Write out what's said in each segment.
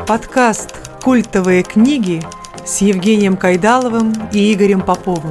Подкаст «Культовые книги» с Евгением Кайдаловым и Игорем Поповым.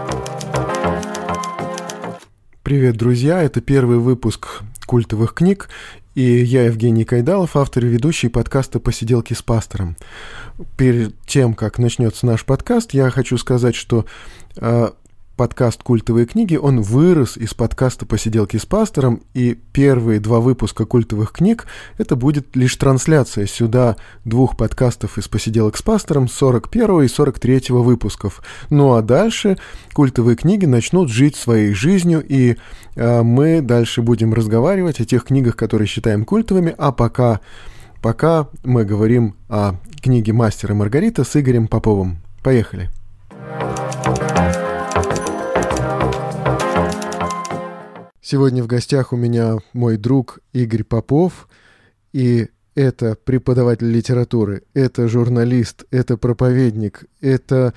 Привет, друзья! Это первый выпуск «Культовых книг», и я, Евгений Кайдалов, автор и ведущий подкаста «Посиделки с пастором». Перед тем, как начнется наш подкаст, я хочу сказать, что подкаст «Культовые книги», он вырос из подкаста «Посиделки с пастором», и первые два выпуска «Культовых книг» это будет лишь трансляция сюда двух подкастов из «Посиделок с пастором» 41 и 43 выпусков. Ну а дальше «Культовые книги» начнут жить своей жизнью, и мы дальше будем разговаривать о тех книгах, которые считаем культовыми, а пока мы говорим о книге «Мастер и Маргарита» с Игорем Поповым. Поехали! Сегодня в гостях у меня мой друг Игорь Попов, и это преподаватель литературы, это журналист, это проповедник, это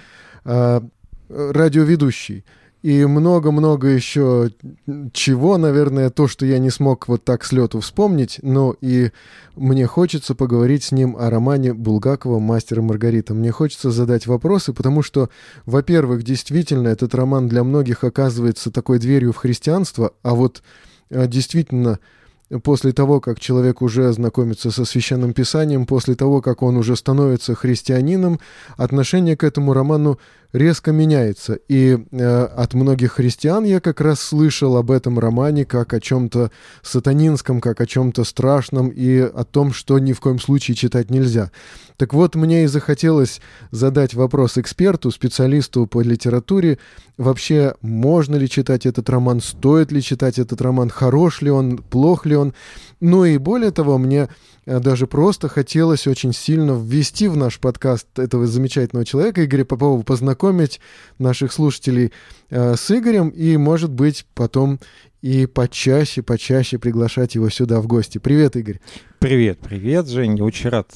радиоведущий и много-много еще чего, наверное, то, что я не смог вот так с лету вспомнить, но и мне хочется поговорить с ним о романе Булгакова «Мастер и Маргарита». Мне хочется задать вопросы, потому что, во-первых, действительно, этот роман для многих оказывается такой дверью в христианство, а вот действительно, после того, как человек уже знакомится со Священным Писанием, после того, как он уже становится христианином, отношение к этому роману резко меняется. И от многих христиан я как раз слышал об этом романе как о чем-то сатанинском, как о чем-то страшном и о том, что ни в коем случае читать нельзя. Так вот, мне и захотелось задать вопрос эксперту, специалисту по литературе. Вообще, можно ли читать этот роман, стоит ли читать этот роман, хорош ли он, плох ли он? Ну и более того, мне даже просто хотелось очень сильно ввести в наш подкаст этого замечательного человека, Игоря Попова, познакомить наших слушателей с Игорем и, может быть, потом и почаще приглашать его сюда в гости. Привет, Игорь. Привет, Жень. Очень рад,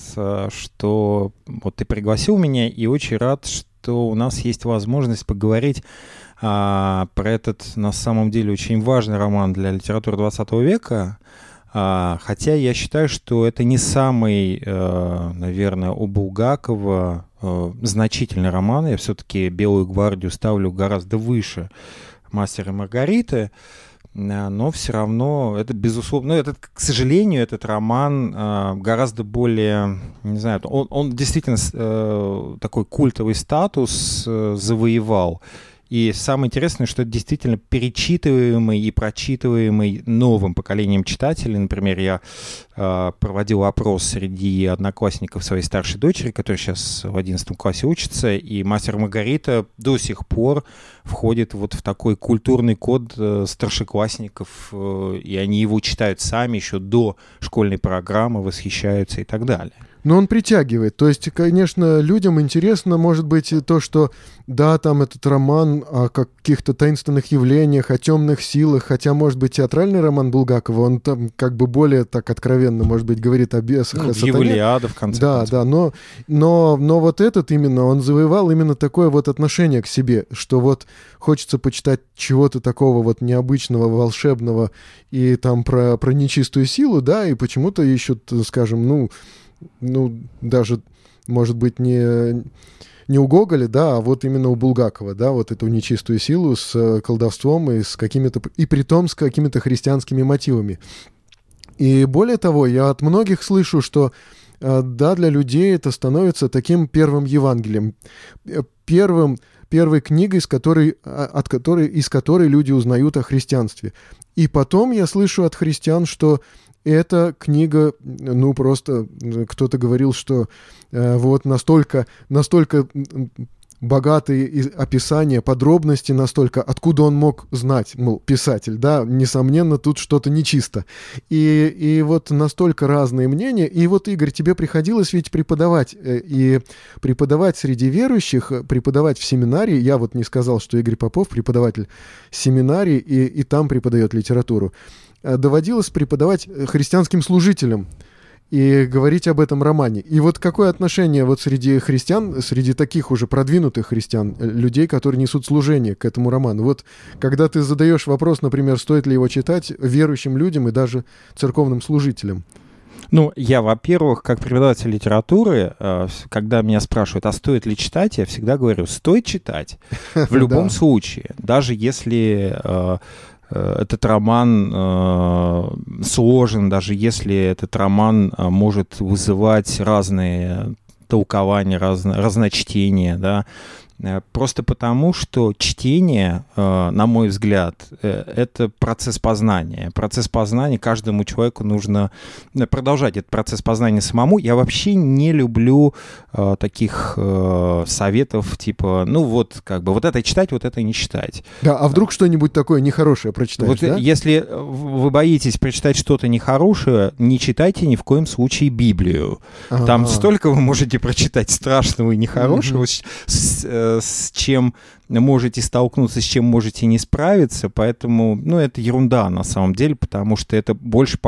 что вот ты пригласил меня, и очень рад, что у нас есть возможность поговорить про этот, на самом деле, очень важный роман для литературы 20 века. Хотя я считаю, что это не самый, наверное, у Булгакова значительный роман. Я все-таки «Белую гвардию» ставлю гораздо выше «Мастера и Маргариты». Но все равно это, безусловно, к сожалению, этот роман гораздо более, не знаю, он действительно такой культовый статус завоевал. И самое интересное, что это действительно перечитываемый и прочитываемый новым поколением читателей. Например, я проводил опрос среди одноклассников своей старшей дочери, которая сейчас в 11 классе учится, и «Мастер и Маргарита» до сих пор входит вот в такой культурный код старшеклассников, и они его читают сами еще до школьной программы, восхищаются и так далее. Но он притягивает. То есть, конечно, людям интересно, может быть, то, что, да, там этот роман о каких-то таинственных явлениях, о темных силах, хотя, может быть, театральный роман Булгакова, он там как бы более так откровенно, может быть, говорит о бесах, о сатане. Евлиада, в конце концов. Да, но вот этот именно, он завоевал именно такое вот отношение к себе, что вот хочется почитать чего-то такого вот необычного, волшебного и там про нечистую силу, да, и почему-то еще, скажем, даже, может быть, не у Гоголя, да, а вот именно у Булгакова, да, вот эту нечистую силу с колдовством и с какими-то, и притом с какими-то христианскими мотивами. И более того, я от многих слышу, что, да, для людей это становится таким первым Евангелием, первой книгой, из которой люди узнают о христианстве. И потом я слышу от христиан, что эта книга, просто кто-то говорил, что вот настолько богатые описания, подробности настолько, откуда он мог знать, мол, писатель, да, несомненно, тут что-то нечисто. И вот настолько разные мнения. И вот, Игорь, тебе приходилось ведь преподавать, и преподавать среди верующих, преподавать в семинарии. Я вот не сказал, что Игорь Попов преподаватель семинарии, и там преподает литературу. Доводилось преподавать христианским служителям и говорить об этом романе. И вот какое отношение вот среди христиан, среди таких уже продвинутых христиан, людей, которые несут служение к этому роману? Вот когда ты задаешь вопрос, например, стоит ли его читать верующим людям и даже церковным служителям? Ну, я, во-первых, как преподаватель литературы, когда меня спрашивают, а стоит ли читать, я всегда говорю, стоит читать в любом случае, даже если этот роман сложен, даже если этот роман может вызывать разные толкования, разночтения, да, просто потому, что чтение, на мой взгляд, это процесс познания. Процесс познания, каждому человеку нужно продолжать этот процесс познания самому. Я вообще не люблю таких советов, типа, ну вот, как бы, вот это читать, вот это не читать. Да, а вдруг что-нибудь такое нехорошее прочитаешь, вот, да? Если вы боитесь прочитать что-то нехорошее, не читайте ни в коем случае Библию. Там столько вы можете прочитать страшного и нехорошего, с чем можете столкнуться, с чем можете не справиться, поэтому, ну, это ерунда на самом деле, потому что это больше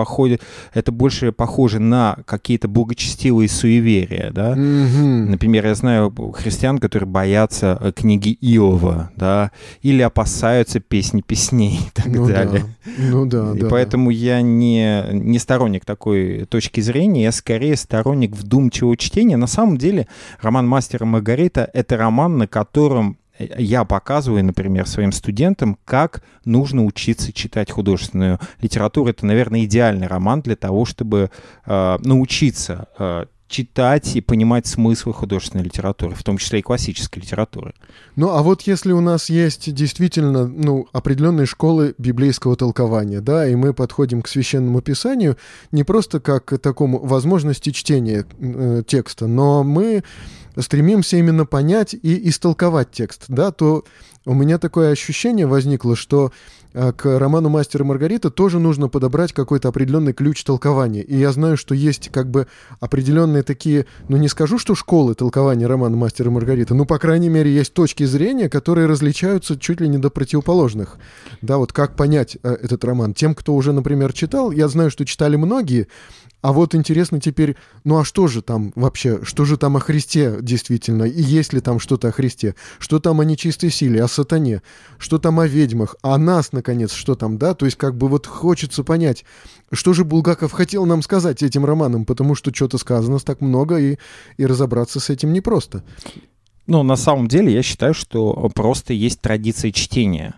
похоже на какие-то благочестивые суеверия, да. Например, я знаю христиан, которые боятся книги Иова, да, или опасаются песни песней и так далее. И поэтому я не сторонник такой точки зрения, я скорее сторонник вдумчивого чтения. На самом деле роман «Мастер и Маргарита» — это роман, на котором я показываю, например, своим студентам, как нужно учиться читать художественную литературу. Это, наверное, идеальный роман для того, чтобы научиться читать и понимать смыслы художественной литературы, в том числе и классической литературы. Ну, а вот если у нас есть действительно, определенные школы библейского толкования, да, и мы подходим к Священному Писанию не просто как к такому возможности чтения текста, но мы стремимся именно понять и истолковать текст, да, то у меня такое ощущение возникло, что к роману «Мастер и Маргарита» тоже нужно подобрать какой-то определенный ключ толкования. И я знаю, что есть как бы определенные такие, не скажу, что школы толкования романа «Мастер и Маргарита», по крайней мере, есть точки зрения, которые различаются чуть ли не до противоположных. Да, вот как понять этот роман? Тем, кто уже, например, читал, я знаю, что читали многие, а вот интересно теперь, а что же там вообще, что же там о Христе действительно, и есть ли там что-то о Христе, что там о нечистой силе, о сатане, что там о ведьмах, о нас, наконец, что там, да, то есть как бы вот хочется понять, что же Булгаков хотел нам сказать этим романом, потому что что-то сказано так много, и разобраться с этим непросто. Ну, на самом деле, я считаю, что просто есть традиция чтения.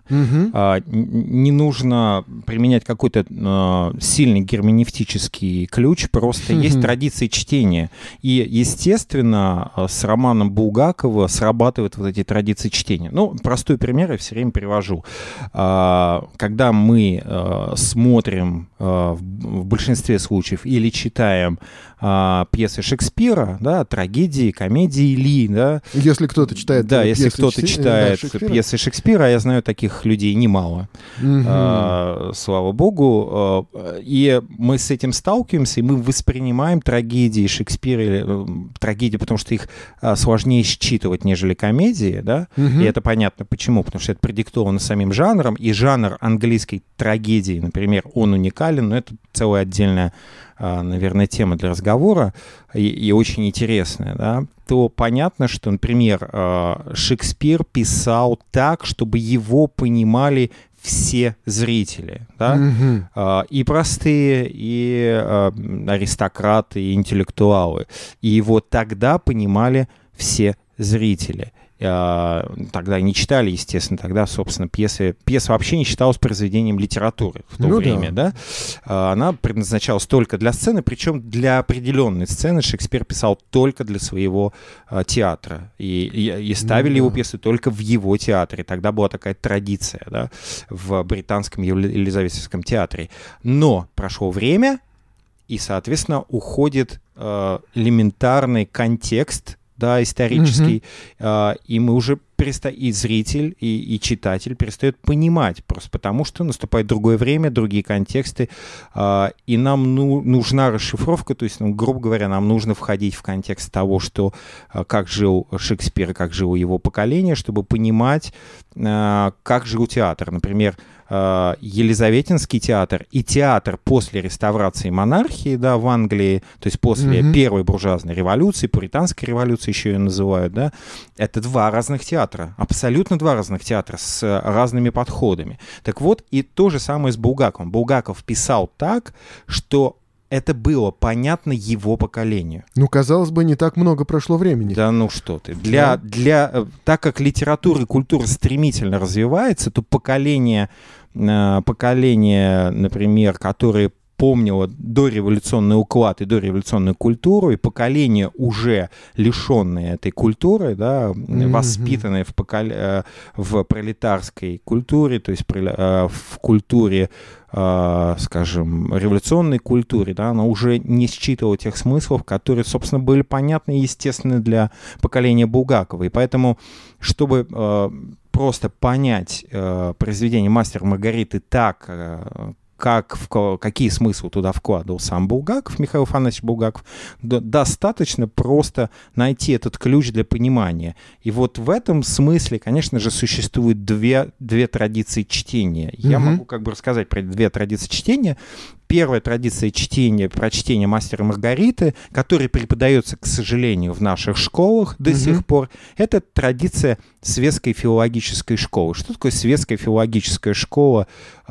Не нужно применять какой-то сильный герменевтический ключ, просто есть традиция чтения. И, естественно, с романом Булгакова срабатывают вот эти традиции чтения. Простой пример я все время привожу. Когда мы смотрим в большинстве случаев или читаем пьесы Шекспира, да, трагедии, комедии Ли, да. Если кто-то читает если кто-то читает пьесы Шекспира, я знаю таких людей немало, слава богу, и мы с этим сталкиваемся, и мы воспринимаем трагедии Шекспира, трагедии, потому что их сложнее считывать, нежели комедии, да, и это понятно почему, потому что это продиктовано самим жанром, и жанр английской трагедии, например, он уникален, но это целая отдельная, наверное, тема для разговора и очень интересная, да, то понятно, что, например, Шекспир писал так, чтобы его понимали все зрители, да, и простые, и аристократы, и интеллектуалы. И его тогда понимали все зрители. Тогда не читали, естественно, тогда, собственно, пьеса вообще не считалась произведением литературы в то время, да. Она предназначалась только для сцены, причем для определенной сцены Шекспир писал только для своего театра, и ставили его пьесы только в его театре. Тогда была такая традиция, да, в британском Елизаветском театре. Но прошло время, и, соответственно, уходит элементарный контекст, да, исторический, и мы уже и зритель, и читатель перестает понимать, просто потому что наступает другое время, другие контексты, и нам нужна расшифровка, то есть, грубо говоря, нам нужно входить в контекст того, что как жил Шекспир, как жило его поколение, чтобы понимать, как жил театр. Например, Елизаветинский театр и театр после реставрации монархии, да, в Англии, то есть после первой буржуазной революции, пуританской революции еще ее называют, да, это два разных театра, абсолютно два разных театра с разными подходами. Так вот, и то же самое с Булгаковым. Булгаков писал так, что это было понятно его поколению. Ну, казалось бы, не так много прошло времени. Да ну что ты. Так как литература и культура стремительно развивается, то поколение, например, которые помнило дореволюционный уклад и дореволюционную культуру, и поколение, уже лишенное этой культуры, да, воспитанное в пролетарской культуре, то есть в культуре, скажем, революционной культуре, да, оно уже не считывало тех смыслов, которые, собственно, были понятны и естественны для поколения Булгакова. И поэтому, чтобы просто понять произведение «Мастера и Маргариты» так, какие смыслы туда вкладывал сам Булгаков, Михаил Афанасьевич Булгаков, достаточно просто найти этот ключ для понимания. И вот в этом смысле, конечно же, существует две традиции чтения. Я могу рассказать про две традиции чтения. Первая традиция прочтения «Мастера и Маргариты», который преподается, к сожалению, в наших школах до сих пор, это традиция светской филологической школы. Что такое светская филологическая школа?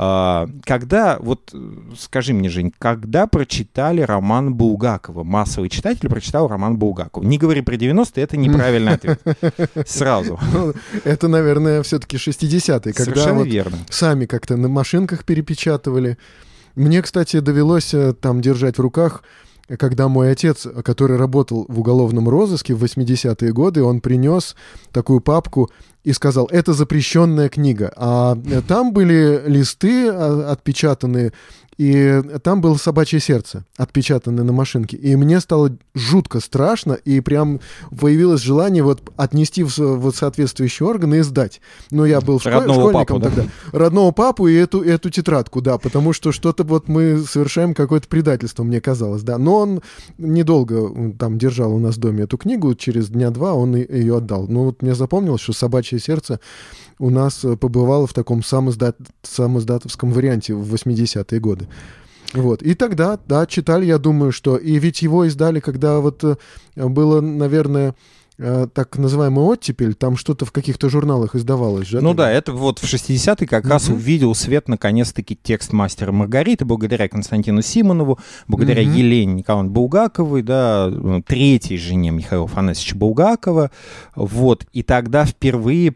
Скажи мне, Жень, когда прочитали роман Булгакова? Массовый читатель прочитал роман Булгакова. Не говори про 90-е, это неправильный ответ. Сразу. Это, наверное, все-таки 60-е, когда совершенно верно. Сами как-то на машинках перепечатывали. Мне, кстати, довелось там держать в руках, когда мой отец, который работал в уголовном розыске в 80-е годы, он принес такую папку и сказал: это запрещенная книга. А там были листы отпечатанные, и там было «Собачье сердце», отпечатанное на машинке. И мне стало жутко страшно, и прям появилось желание отнести в соответствующие органы и сдать. Ну, я был школьником папу, тогда. Да? Родного папу и эту тетрадку, да, потому что что-то мы совершаем какое-то предательство, мне казалось, да. Но он недолго там держал у нас в доме эту книгу, через дня два он ее отдал. Ну, мне запомнилось, что «Собачье сердце» у нас побывало в таком самоиздатовском варианте в 80-е годы. Вот. И тогда, да, читали, я думаю, что... И ведь его издали, когда было, наверное, так называемый оттепель, там что-то в каких-то журналах издавалось же. Ну да, это в 60-е как раз увидел свет, наконец-таки, текст «Мастера и Маргариты», благодаря Константину Симонову, благодаря Елене Николаевне Булгаковой, да, третьей жене Михаила Афанасьевича Булгакова. Вот. И тогда впервые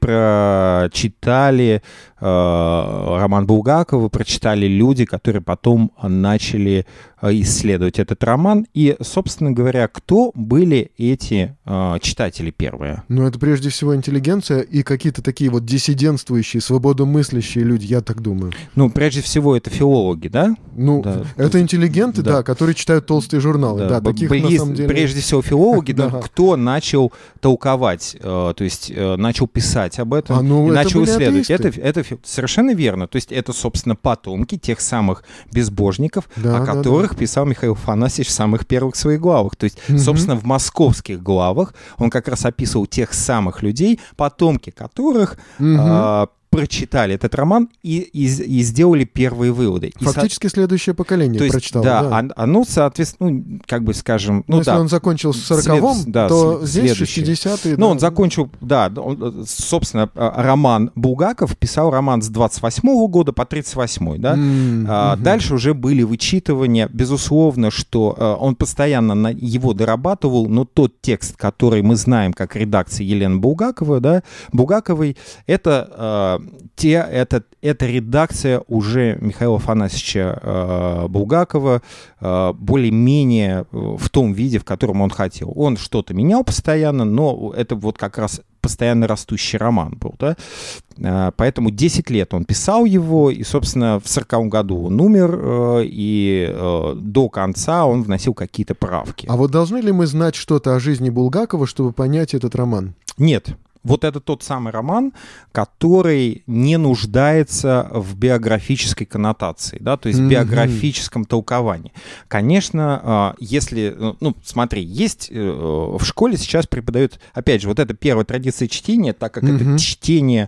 прочитали роман Булгакова, прочитали люди, которые потом начали исследовать этот роман. И, собственно говоря, кто были эти читатели первые? Ну, это прежде всего интеллигенция и какие-то такие диссидентствующие, свободомыслящие люди, я так думаю. Ну, прежде всего, это филологи, да? Ну, да. Это интеллигенты, да, которые читают толстые журналы. Да, таких на самом деле... Прежде всего, филологи, да, кто начал толковать, то есть начал писать об этом, и начал исследовать. Это совершенно верно. То есть это, собственно, потомки тех самых безбожников, о которых писал Михаил Афанасьевич в самых первых своих главах. То есть, собственно, в московских главах он как раз описывал тех самых людей, потомки которых прочитали этот роман и сделали первые выводы. Фактически следующее поколение прочитало. Да, оно, соответственно, скажем... если он закончил с 40-м, то здесь 60-е... Ну, он закончил, собственно, роман Булгаков писал роман с 28-го года по 38-й, да. Дальше уже были вычитывания. Безусловно, что он постоянно его дорабатывал, но тот текст, который мы знаем как редакция Елены Булгаковой, это редакция уже Михаила Афанасьевича Булгакова более-менее в том виде, в котором он хотел. Он что-то менял постоянно, но это как раз постоянно растущий роман был, да? Поэтому 10 лет он писал его, и, собственно, в 40-м году он умер, и до конца он вносил какие-то правки. А должны ли мы знать что-то о жизни Булгакова, чтобы понять этот роман? Нет. Вот это тот самый роман, который не нуждается в биографической коннотации, да, то есть в биографическом толковании. Конечно, если, смотри, есть в школе сейчас преподают, опять же, это первая традиция чтения, так как это чтение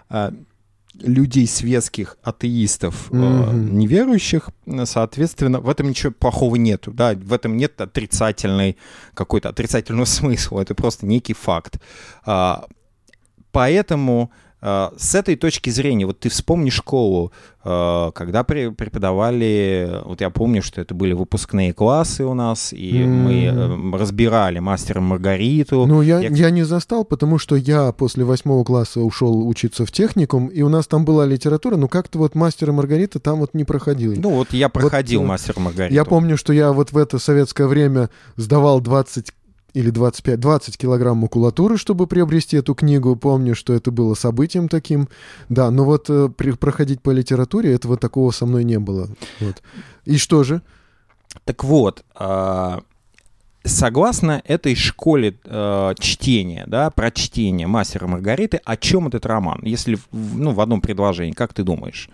людей светских, атеистов, неверующих, соответственно, в этом ничего плохого нету, да, в этом нет какой-то отрицательного смысла, это просто некий факт. Поэтому с этой точки зрения, вот ты вспомни школу, когда преподавали, вот я помню, что это были выпускные классы у нас, и мы разбирали «Мастера и Маргариту». Ну, я не застал, потому что я после 8 класса ушел учиться в техникум, и у нас там была литература, но как-то вот «Мастер и Маргарита» там вот не проходил. Ну, вот я проходил вот, «Мастер и Маргариту». Я помню, что я вот в это советское время сдавал 20 килограмм макулатуры, чтобы приобрести эту книгу. Помню, что это было событием таким. Да, но вот проходить по литературе, этого такого со мной не было. Вот. И что же? Так вот, согласно этой школе чтения, да, прочтения «Мастера и Маргариты», о чем этот роман? Если в одном предложении, как ты думаешь?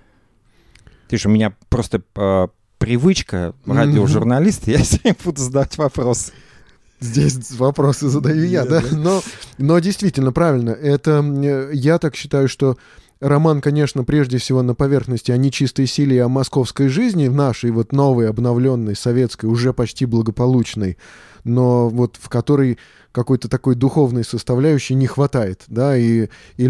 Ты же у меня просто привычка радиожурналиста, я сегодня буду задавать вопросы. Здесь вопросы задаю я, да? Но действительно, правильно. Это, я так считаю, что роман, конечно, прежде всего на поверхности о нечистой силе и о московской жизни, в нашей вот новой, обновленной, советской, уже почти благополучной, но вот в которой какой-то такой духовной составляющей не хватает, да, и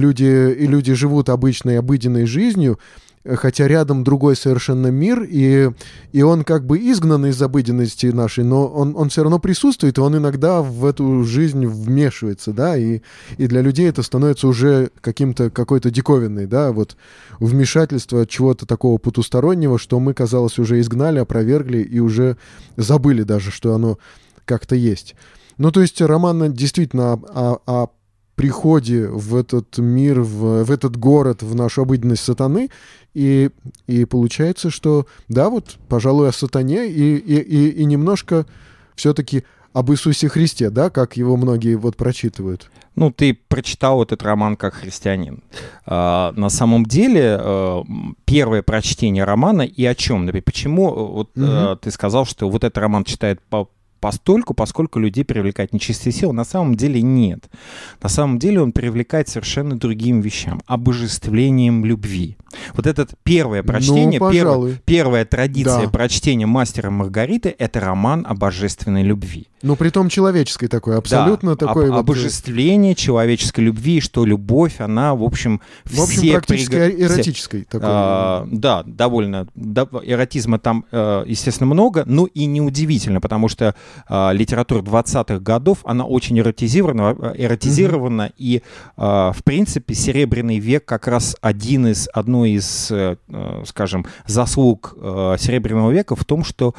люди живут обычной, обыденной жизнью, хотя рядом другой совершенно мир, и он как бы изгнан из обыденности нашей, но он все равно присутствует, и он иногда в эту жизнь вмешивается, да, и для людей это становится уже какой-то диковинной, да, вот вмешательство чего-то такого потустороннего, что мы, казалось, уже изгнали, опровергли и уже забыли даже, что оно как-то есть. Ну, то есть роман действительно о приходе в этот мир, в этот город, в нашу обыденность сатаны, и получается, что, да, вот, пожалуй, о сатане и немножко все-таки об Иисусе Христе, да, как его многие вот прочитывают. Ну, ты прочитал этот роман как христианин. На самом деле, первое прочтение романа и о чем? Почему ты сказал, что вот этот роман читает поскольку людей привлекает нечистая сила, на самом деле нет. На самом деле он привлекает совершенно другим вещам. Обожествлением любви. Вот это первое прочтение, первая традиция прочтения «Мастера и Маргариты» — это роман о божественной любви. Ну, притом человеческой такой, абсолютно такой. Обожествление человеческой любви, что любовь, она, в общем, практически эротической такой. Да, довольно. Эротизма там, естественно, много, но и неудивительно, потому что литература 20-х годов, она очень эротизирована, и, в принципе, Серебряный век как раз одной из, скажем, заслуг Серебряного века в том, что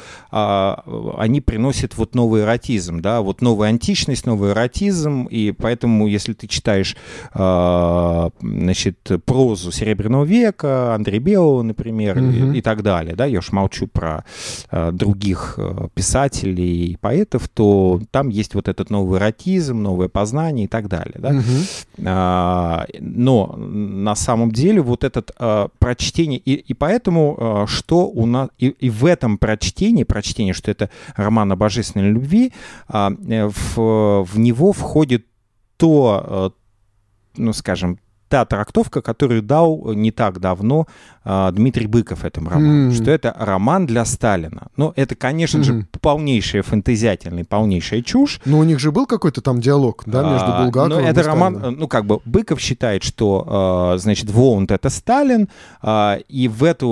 они приносят вот новый эротизм, да, вот новая античность, новый эротизм, и поэтому, если ты читаешь, значит, прозу Серебряного века, Андрея Белого, например, и так далее, да, я уж молчу про других писателей и поэтов, то там есть вот этот новый эротизм, новое познание и так далее, да. Но на самом деле вот это прочтение, и поэтому что у нас, и в этом прочтении, что это роман о божественной любви, в него входит то, ну, скажем, та трактовка, которую дал не так давно Дмитрий Быков этому роману, что это роман для Сталина. Ну, это, конечно же, полнейшая фэнтезиательная, полнейшая чушь. Но у них же был какой-то там диалог, да, между Булгаковым и это Сталиным. роман, ну, как бы, Быков считает, что, значит, Воланд — это Сталин, и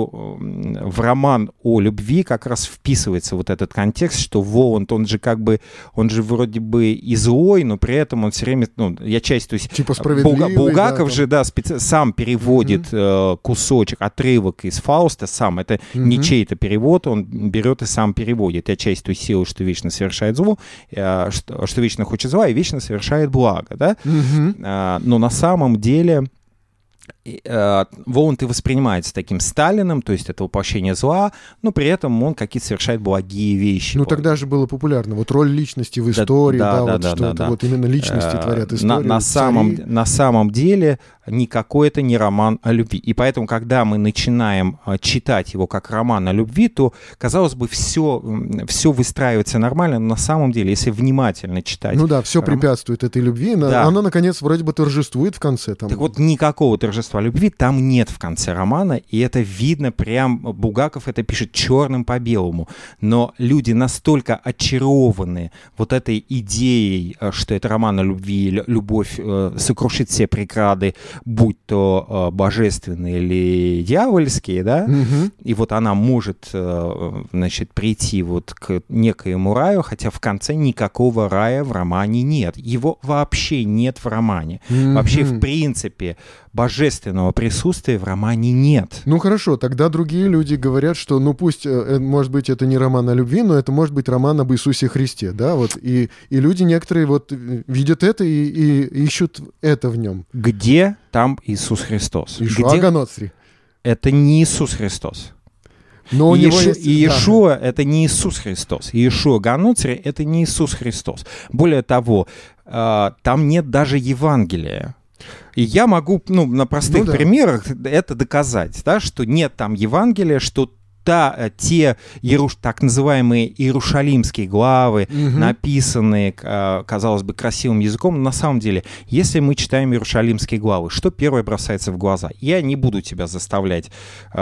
в роман о любви как раз вписывается вот этот контекст, что Воланд, он же вроде бы и злой, но при этом он все время, ну, то есть типа справедливый, Булгаков же, да, сам переводит кусочек, отрывок из Фауста сам. Это не чей-то перевод, он берет и сам переводит. Я часть той силы, что вечно совершает зло, что вечно хочет зла и вечно совершает благо, да? Но на самом деле Воланд и воспринимается таким Сталиным, то есть это воплощение зла, но при этом он какие-то совершает благие вещи. Ну, тогда же было популярно. Вот роль личности в истории, вот именно личности творят историю. На самом деле никакой это не роман о любви. И поэтому, когда мы начинаем читать его как роман о любви, то, казалось бы, все выстраивается нормально, но на самом деле, если внимательно читать... Ну да, все препятствует этой любви, она, наконец, вроде бы торжествует в конце. Там. Так вот, никакого торжества свидетельства о любви там нет в конце романа, и это видно прям, Булгаков это пишет черным по белому. Но люди настолько очарованы вот этой идеей, что это роман о любви, любовь сокрушит все преграды, будь то божественные или дьявольские, да, и вот она может, значит, прийти вот к некоему раю, хотя в конце никакого рая в романе нет. Его вообще нет в романе. Вообще, в принципе, божественного присутствия в романе нет. Ну хорошо, тогда другие люди говорят, что, ну пусть, может быть, это не роман о любви, но это может быть роман об Иисусе Христе, да, вот, и люди некоторые вот видят это и ищут это в нем. Где там Иисус Христос? Ишуа Ганоцри. Это не Иисус Христос. Но у него есть... Иешуа — это не Иисус Христос. Иешуа Ганоцри — это не Иисус Христос. Более того, там нет даже Евангелия. И я могу, на простых примерах это доказать, да, что нет там Евангелия, что те так называемые иерушалимские главы, написанные, казалось бы, красивым языком, на самом деле, если мы читаем иерушалимские главы, что первое бросается в глаза? Я не буду тебя заставлять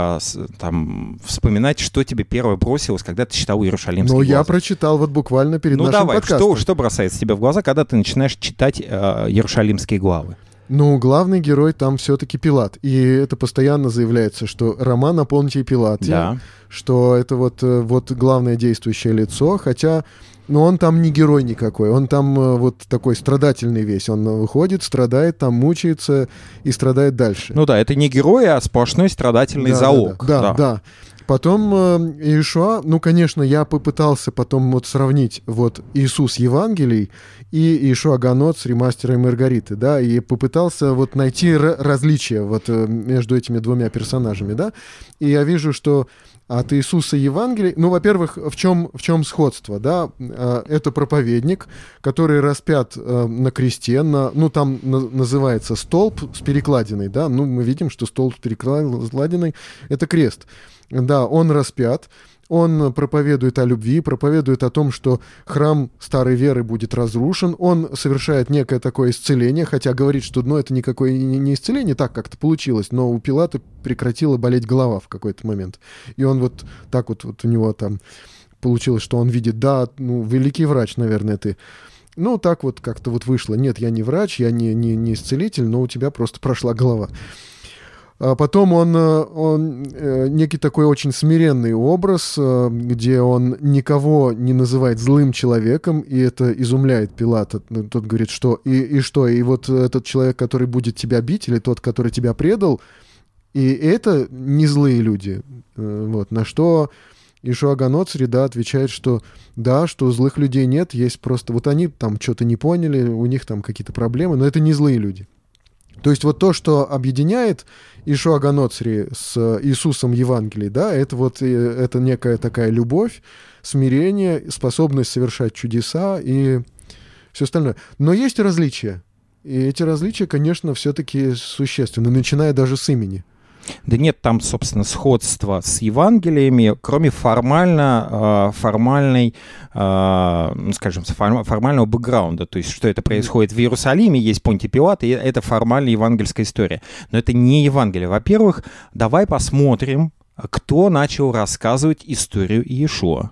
вспоминать, что тебе первое бросилось, когда ты читал иерушалимские главы. Но я прочитал вот буквально перед нашим подкастом. Что бросается тебе в глаза, когда ты начинаешь читать иерушалимские главы? Ну, главный герой там все-таки Пилат. И это постоянно заявляется, что роман о Понтии Пилате, да, что это вот главное действующее лицо, хотя, он там не герой никакой, он там вот такой страдательный весь, он выходит, страдает, там мучается и страдает дальше. Ну да, это не герой, а сплошной страдательный зоолог. Да. Потом Иешуа, конечно, я попытался потом вот сравнить вот Иисус Евангелий и Иешуа Ганоцри, Мастера и Маргариты, да, и попытался вот найти различия вот между этими двумя персонажами, да, и я вижу, что от Иисуса Евангелий, во-первых, в чем сходство, да, это проповедник, который распят на кресте, там называется столб с перекладиной, да, мы видим, что столб с перекладиной — это крест. Да, он распят, он проповедует о любви, проповедует о том, что храм старой веры будет разрушен, он совершает некое такое исцеление, хотя говорит, что это никакое не исцеление, так как-то получилось, но у Пилата прекратила болеть голова в какой-то момент. И он вот так вот у него там получилось, что он видит, великий врач, наверное, ты. Так вот как-то вот вышло. Нет, я не врач, я не исцелитель, но у тебя просто прошла голова. А потом он некий такой очень смиренный образ, где он никого не называет злым человеком, и это изумляет Пилата. Тот говорит, что и вот этот человек, который будет тебя бить, или тот, который тебя предал, и это не злые люди. Вот. На что Иешуа Ганоцри, отвечает, что что злых людей нет, есть просто... Вот они там что-то не поняли, у них там какие-то проблемы, но это не злые люди. То есть вот то, что объединяет Иешуа Ганоцри с Иисусом Евангелий, это некая такая любовь, смирение, способность совершать чудеса и все остальное. Но есть различия. И эти различия, конечно, все-таки существенны, начиная даже с имени. Да нет там, собственно, сходства с Евангелиями, кроме формального бэкграунда, то есть что это происходит в Иерусалиме, есть Понтий Пилат, и это формальная евангельская история. Но это не Евангелие. Во-первых, давай посмотрим, кто начал рассказывать историю Иешуа.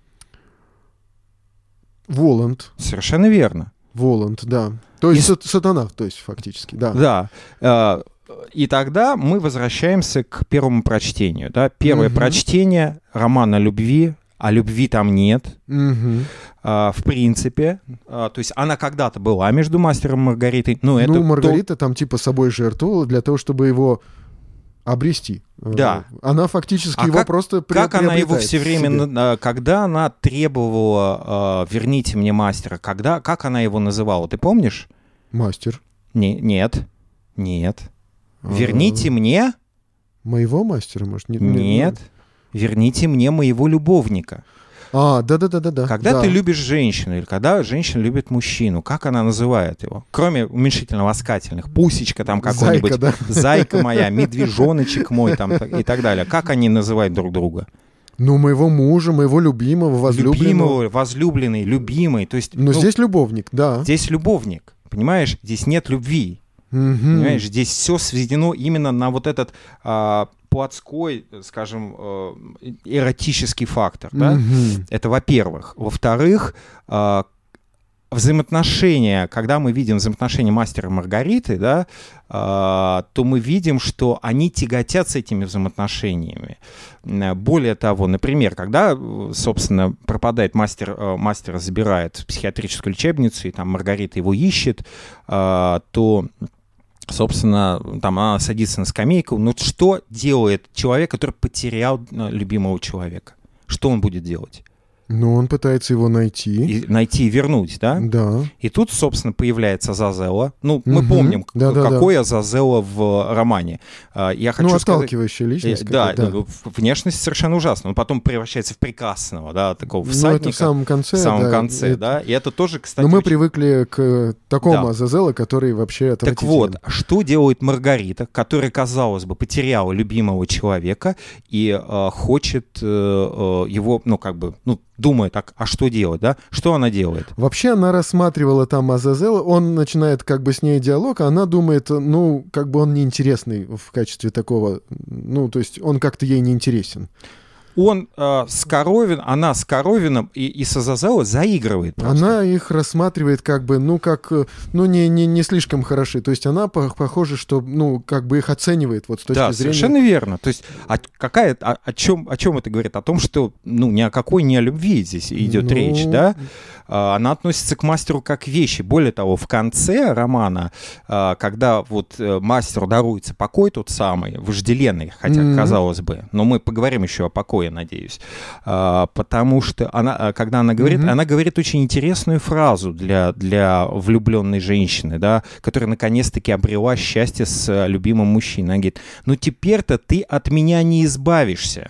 Воланд. Совершенно верно. Воланд, да. То есть сатана, то есть фактически, да. Да. И тогда мы возвращаемся к первому прочтению. Да? Первое прочтение романа о любви там нет. В принципе. То есть она когда-то была между Мастером и Маргаритой. Маргарита там типа собой жертвовала для того, чтобы его обрести. Да. Она фактически его просто приобретает. Как она его все время... Когда она требовала «верните мне мастера», как она его называла, ты помнишь? Мастер. Нет. Верните мне... Моего мастера, может? Нет. Верните мне моего любовника. Да. Когда ты любишь женщину, или когда женщина любит мужчину, как она называет его? Кроме уменьшительно-ласкательных. Пусечка там какой-нибудь. Зайка, да? Зайка моя, медвежоночек мой там и так далее. Как они называют друг друга? Моего мужа, моего любимого, возлюбленного. Возлюбленный, любимый. То есть, здесь любовник, да. Здесь любовник. Понимаешь? Здесь нет любви. Понимаешь, здесь все сведено именно на вот этот плотской, скажем, эротический фактор. Да? Это во-первых. Во-вторых, взаимоотношения, когда мы видим взаимоотношения мастера и Маргариты, да, то мы видим, что они тяготятся этими взаимоотношениями. Более того, например, когда, собственно, пропадает мастера забирает в психиатрическую лечебницу, и там Маргарита его ищет, то, собственно, там она садится на скамейку. Но что делает человек, который потерял любимого человека? Что он будет делать? Ну, он пытается его найти. Найти и вернуть, да? Да. И тут, собственно, появляется Азазелла. Ну, мы помним, какой Азазелла в романе. Я хочу отталкивающая личность. Да, внешность совершенно ужасная. Он потом превращается в прекрасного, да, такого всадника. Ну, это в самом конце. В самом конце, да. И это тоже, кстати... Но мы привыкли к такому Азазеллу, который вообще отвратителен. Так вот, что делает Маргарита, которая, казалось бы, потеряла любимого человека и хочет его, думает, а что делать, да? Что она делает? Вообще она рассматривала там Азазелла, он начинает как бы с ней диалог, а она думает, как бы он неинтересный в качестве такого, то есть он как-то ей не интересен. Он с Коровином, она с Коровином и с Азазеллой заигрывает просто. Она их рассматривает как бы, не слишком хороши. То есть она похоже, что, как бы их оценивает вот с точки зрения... Да, совершенно верно. То есть о чем это говорит? О том, что, ни о какой не о любви здесь идет речь, да? Она относится к мастеру как к вещи. Более того, в конце романа, когда вот мастеру даруется покой тот самый, вожделенный, хотя, казалось бы, но мы поговорим еще о покое, надеюсь, потому что когда она говорит, она говорит очень интересную фразу для влюбленной женщины, да, которая наконец-таки обрела счастье с любимым мужчиной. Она говорит, теперь-то ты от меня не избавишься.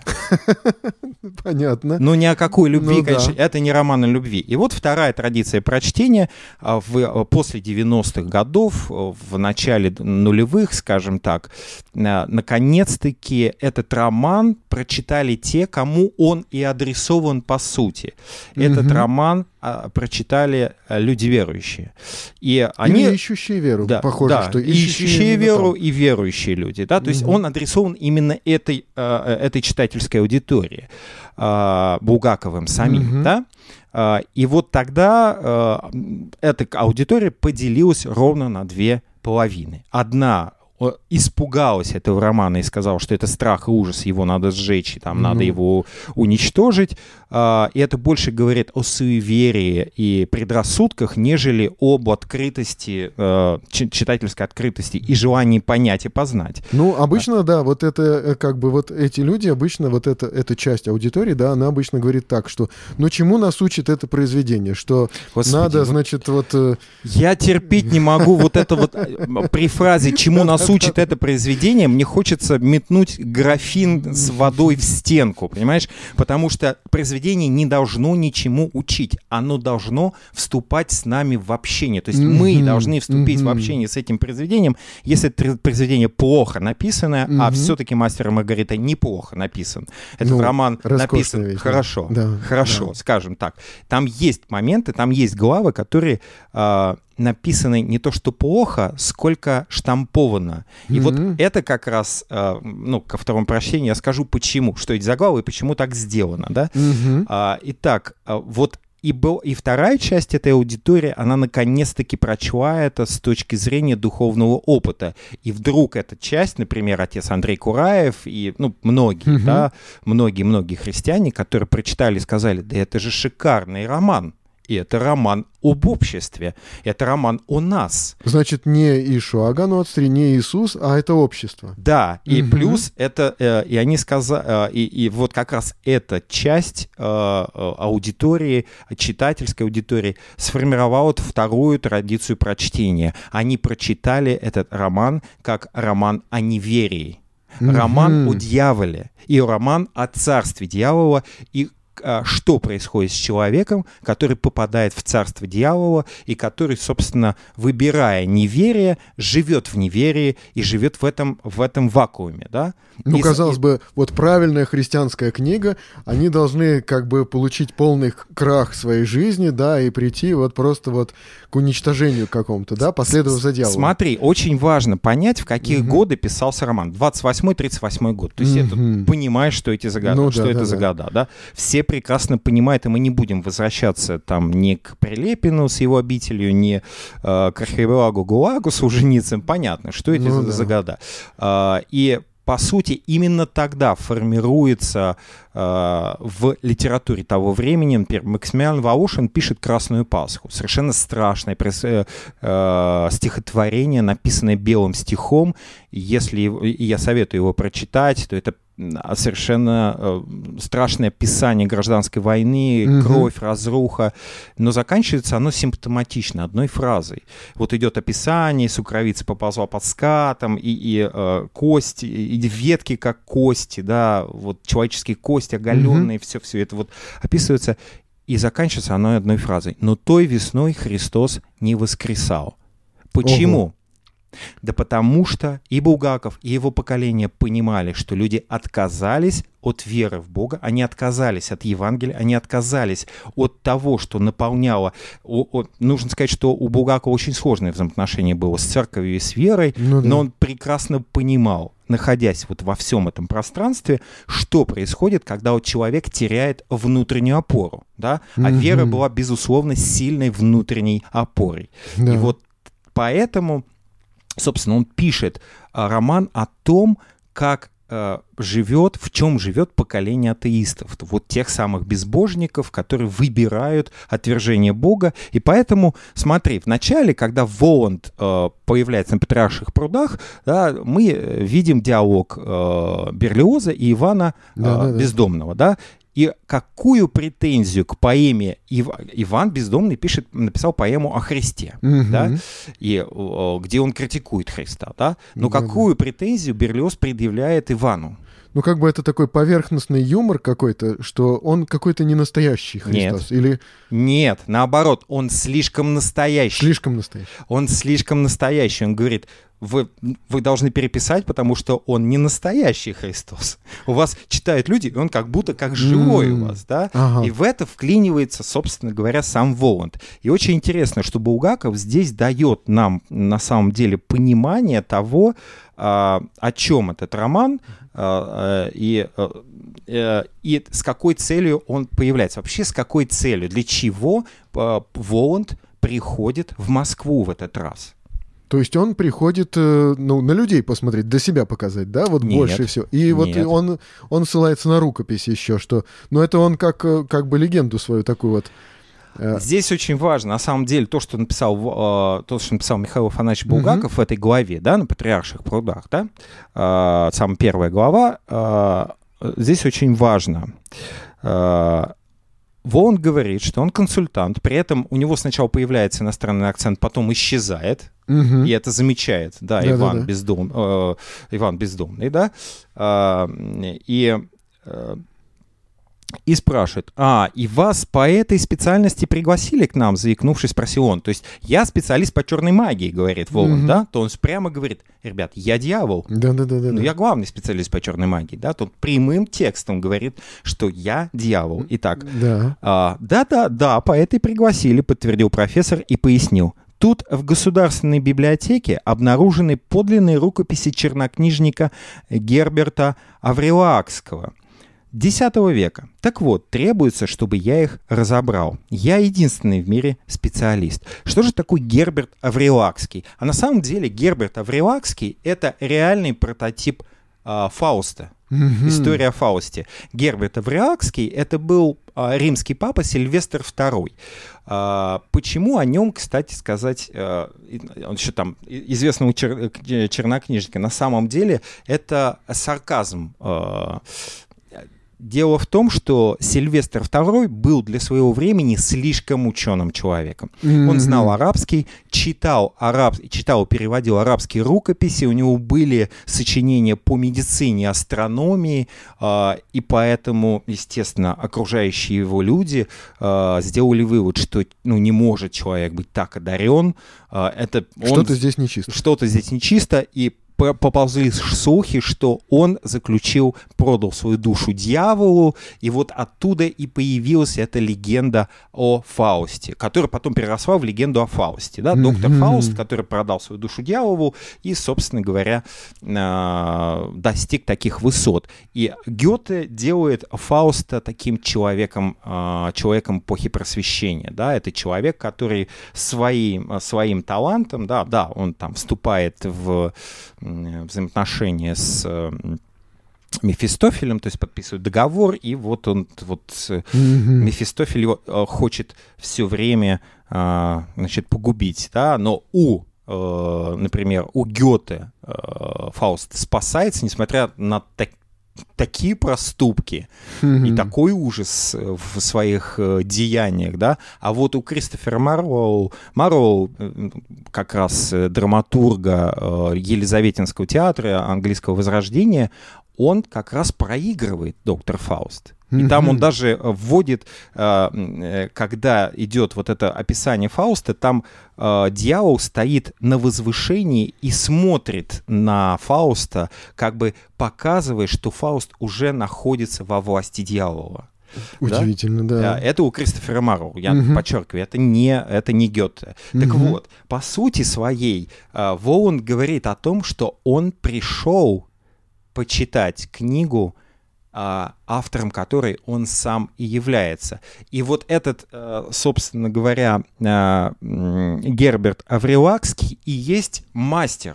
Понятно. Ни о какой любви, конечно, это не роман о любви. И вот вторая традиция прочтения после 90-х годов, в начале нулевых, скажем так, наконец-таки этот роман прочитали те, кому он и адресован по сути. Этот роман прочитали люди верующие. И они... Или ищущие веру, похоже, да, что ищущие веру и верующие люди. Да? То есть он адресован именно этой читательской аудитории, Булгаковым самим. Да? И вот тогда эта аудитория поделилась ровно на две половины. Одна испугалась этого романа и сказала, что это страх и ужас, его надо сжечь, и там надо его уничтожить. И это больше говорит о суеверии и предрассудках, нежели об открытости, читательской открытости и желании понять и познать. Обычно, да, вот это, как бы, вот эти люди, обычно, вот эта часть аудитории, да, она обычно говорит так, что, чему нас учит это произведение, что надо, значит, вот... Я терпеть не могу вот это вот при фразе «чему нас учит это произведение», мне хочется метнуть графин с водой в стенку, понимаешь? Потому что произведение не должно ничему учить, оно должно вступать с нами в общение. То есть мы должны вступить в общение с этим произведением, если это произведение плохо написанное, а все-таки «Мастер и Маргарита» неплохо написан. Этот роман написан ведь, хорошо, да. Скажем так. Там есть моменты, там есть главы, которые... написаны не то что плохо, сколько штамповано. И вот это как раз, ко второму прочтению я скажу, почему, что эти заглавы и почему так сделано. Да? Итак, вот и вторая часть этой аудитории, она наконец-таки прочла это с точки зрения духовного опыта. И вдруг эта часть, например, отец Андрей Кураев и многие, да, многие христиане, которые прочитали и сказали, да это же шикарный роман. И это роман об обществе, это роман о нас. Значит, не Ишуа Ганоцри, не Иисус, а это общество. Да, и плюс это, и они сказали, и вот как раз эта часть аудитории, читательской аудитории, сформировала вторую традицию прочтения. Они прочитали этот роман как роман о неверии, роман о дьяволе, и роман о царстве дьявола, и что происходит с человеком, который попадает в царство дьявола и который, собственно, выбирая неверие, живет в неверии и живет в этом вакууме, да? Ну, казалось бы, вот правильная христианская книга, они должны как бы получить полный крах своей жизни, да, и прийти вот просто вот к уничтожению какому-то, да, последовав за дьяволом. Смотри, очень важно понять, в какие годы писался роман. 28-38 год. То есть это понимаешь, что эти за года, за года, да? Все прекрасно понимают, и мы не будем возвращаться там ни к Прилепину с его обителью, ни к архипелагу ГУЛАГу с Солженицыным. Понятно, что эти за года. И по сути, именно тогда формируется в литературе того времени, например, Максимилиан Волошин пишет «Красную Пасху». Совершенно страшное стихотворение, написанное белым стихом. Если я советую его прочитать, то это совершенно страшное описание гражданской войны, кровь, разруха, но заканчивается оно симптоматично, одной фразой. Вот идет описание, сукровица поползла под скатом, и кости, и ветки как кости, да, вот человеческие кости оголенные, все это вот описывается, и заканчивается оно одной фразой. «Но той весной Христос не воскресал». Почему? Ого. Да потому что и Булгаков, и его поколение понимали, что люди отказались от веры в Бога, они отказались от Евангелия, они отказались от того, что наполняло... Нужно сказать, что у Булгакова очень сложное взаимоотношение было с церковью и с верой, но он прекрасно понимал, находясь вот во всем этом пространстве, что происходит, когда вот человек теряет внутреннюю опору, да? А вера была, безусловно, сильной внутренней опорой. И вот поэтому... Собственно, он пишет роман о том, как в чем живет поколение атеистов, вот тех самых безбожников, которые выбирают отвержение Бога. И поэтому, смотри, в начале, когда Воланд появляется на Патриарших прудах, да, мы видим диалог Берлиоза и Ивана Бездомного, да. И какую претензию к поэме Иван Бездомный написал поэму о Христе, да? И где он критикует Христа, да? Но какую претензию Берлиоз предъявляет Ивану? Ну, как бы это такой поверхностный юмор какой-то, что он какой-то не настоящий Христос? Нет, наоборот, он слишком настоящий. Слишком настоящий. Он слишком настоящий. Он говорит, вы должны переписать, потому что он не настоящий Христос. У вас читают люди, и он как будто как живой у вас, да? Ага. И в это вклинивается, собственно говоря, сам Воланд. И очень интересно, что Булгаков здесь дает нам, на самом деле, понимание того, о чем этот роман, и с какой целью он появляется. Вообще, с какой целью, для чего Воланд приходит в Москву в этот раз. То есть он приходит, на людей посмотреть, для себя показать, да, вот больше всего. И вот он ссылается на рукопись еще, что, это он как бы легенду свою такую вот. Здесь очень важно, на самом деле, то, что написал Михаил Афанасьевич Булгаков в этой главе, да, на Патриарших прудах, да, самая первая глава, здесь очень важно. Воланд говорит, что он консультант, при этом у него сначала появляется иностранный акцент, потом исчезает, и это замечает, да, Иван Бездомный, да, и спрашивает, и вас по этой специальности пригласили к нам, заикнувшись, спросил он. То есть я специалист по черной магии, говорит Воланд, да, то он прямо говорит, ребят, я дьявол, я главный специалист по черной магии, да, то он прямым текстом говорит, что я дьявол. Итак, да, по этой пригласили, подтвердил профессор и пояснил. Тут в Государственной библиотеке обнаружены подлинные рукописи чернокнижника Герберта Аврилаакского X века. Так вот, требуется, чтобы я их разобрал. Я единственный в мире специалист. Что же такое Герберт Аврилаакский? А на самом деле Герберт Аврилаакский — это реальный прототип Фауста. История о Фаусте. Герберт Аврилаакский — это был римский папа Сильвестр II. Почему о нем, кстати сказать, он еще там известного чернокнижника, на самом деле это сарказм. дело в том, что Сильвестр II был для своего времени слишком ученым человеком. Он знал арабский, читал и переводил арабские рукописи, у него были сочинения по медицине, астрономии, и поэтому, естественно, окружающие его люди сделали вывод, что не может человек быть так одарен. Что-то здесь нечисто. Что-то здесь нечисто, и поползли слухи, что он продал свою душу дьяволу, и вот оттуда и появилась эта легенда о Фаусте, которая потом переросла в легенду о Фаусте. Да? Доктор Фауст, который продал свою душу дьяволу и, собственно говоря, достиг таких высот. И Гёте делает Фауста таким человеком эпохи Просвещения. Да? Это человек, который своим талантом, да, он там вступает в взаимоотношения с Мефистофелем, то есть подписывает договор, и Мефистофель его хочет все время, погубить, да, но например, у Гёте Фауст спасается, несмотря на такие проступки и такой ужас в своих деяниях, да, а вот у Кристофера Марроу, как раз драматурга Елизаветинского театра английского Возрождения, он как раз проигрывает «Доктор Фауст». И там он даже вводит, когда идет вот это описание Фауста, там дьявол стоит на возвышении и смотрит на Фауста, как бы показывая, что Фауст уже находится во власти дьявола. Удивительно, да. Это у Кристофера Марроу, я подчеркиваю, это не Гёте. Так вот, по сути своей, Воланд говорит о том, что он пришел почитать книгу, автором которой он сам и является. И вот этот, собственно говоря, Герберт Аврилакский и есть мастер.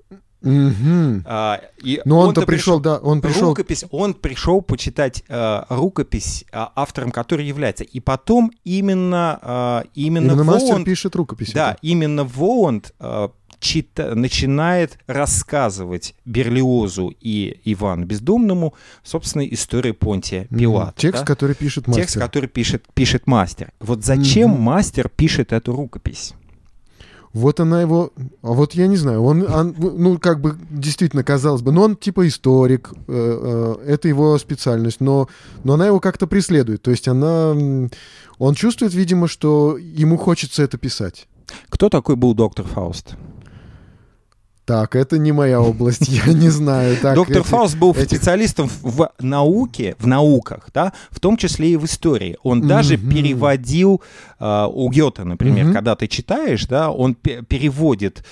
И он пришел. Рукопись, он пришел почитать рукопись, автором которой является. И потом именно Воланд, мастер пишет рукопись. Да, именно Воланд начинает рассказывать Берлиозу и Ивану Бездомному, собственно, историю Понтия Пилата. Текст, который пишет мастер. Текст, который пишет мастер. Вот зачем мастер пишет эту рукопись? Вот она его... А вот я не знаю, он как бы действительно, казалось бы, но он типа историк, это его специальность, но она его как-то преследует. То есть он чувствует, видимо, что ему хочется это писать. Кто такой был доктор Фауст? Так, это не моя область, я не знаю. Доктор Фауст был специалистом в науках, да, в том числе и в истории. Он даже переводил, у Гёте, например, когда ты читаешь, да, он переводит,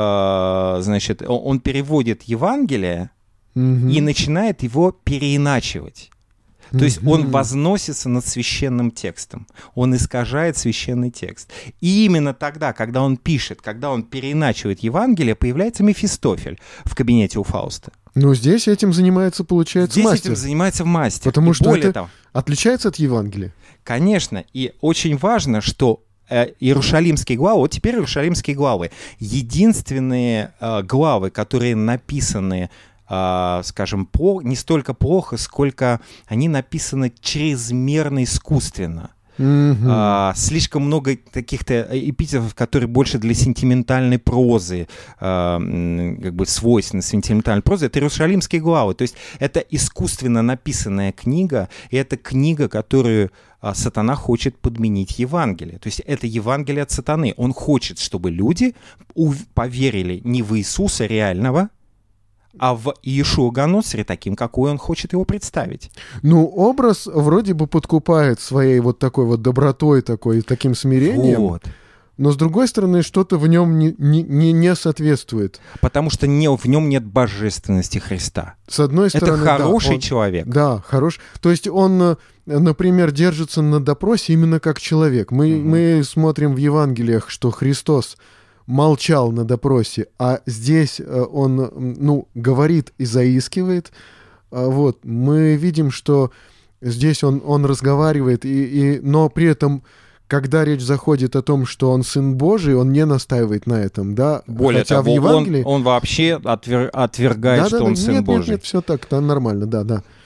он переводит Евангелие и начинает его переиначивать. То есть он возносится над священным текстом, он искажает священный текст. И именно тогда, когда он пишет, когда он переиначивает Евангелие, появляется Мефистофель в кабинете у Фауста. Ну, здесь этим занимается, получается, мастер. Здесь этим занимается мастер. Потому что это отличается от Евангелия. Конечно, и очень важно, что Иерушалимские главы, вот теперь Иерушалимские главы, единственные главы, которые написаны, скажем, не столько плохо, сколько они написаны чрезмерно искусственно. Слишком много каких-то эпитетов, которые больше для сентиментальной прозы, как бы свойственны сентиментальной прозе. Это Иерушалимские главы. То есть это искусственно написанная книга, и это книга, которую сатана хочет подменить Евангелие. То есть это Евангелие от сатаны. Он хочет, чтобы люди поверили не в Иисуса реального, а в Иешуа Ганоцре таким, какой он хочет его представить. Ну, образ вроде бы подкупает своей вот такой вот добротой, таким смирением. Вот. Но, с другой стороны, что-то в нем не соответствует. Потому что в нем нет божественности Христа. С одной стороны, это хороший человек. Да, хороший. То есть он, например, держится на допросе именно как человек. Мы смотрим в Евангелиях, что Христос молчал на допросе, а здесь он, говорит и заискивает. Вот. Мы видим, что здесь он разговаривает, но при этом, когда речь заходит о том, что он Сын Божий, он не настаивает на этом, да? Более того, в Евангелии... он вообще отвергает, что он Сын Божий. Нет, все так, нормально, да.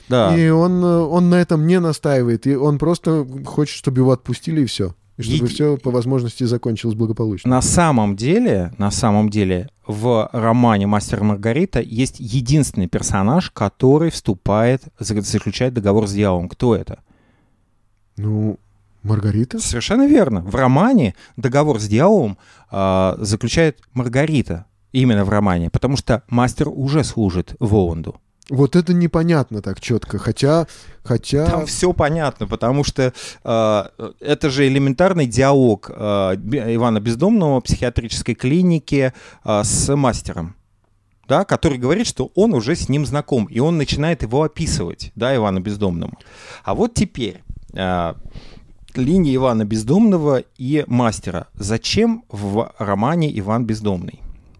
Да. И он на этом не настаивает, и он просто хочет, чтобы его отпустили, и все. И чтобы все по возможности закончилось благополучно. На самом деле, в романе «Мастер и Маргарита» есть единственный персонаж, который заключает договор с дьяволом. Кто это? Ну, Маргарита? Совершенно верно. В романе договор с дьяволом заключает Маргарита. Именно в романе. Потому что мастер уже служит Воланду. Вот это непонятно так четко, хотя... Там все понятно, потому что это же элементарный диалог Ивана Бездомного в психиатрической клинике с мастером, да, который говорит, что он уже с ним знаком, и он начинает его описывать, да, Ивана Бездомному. А вот теперь линия Ивана Бездомного и мастера. Зачем в романе Иван Бездомный?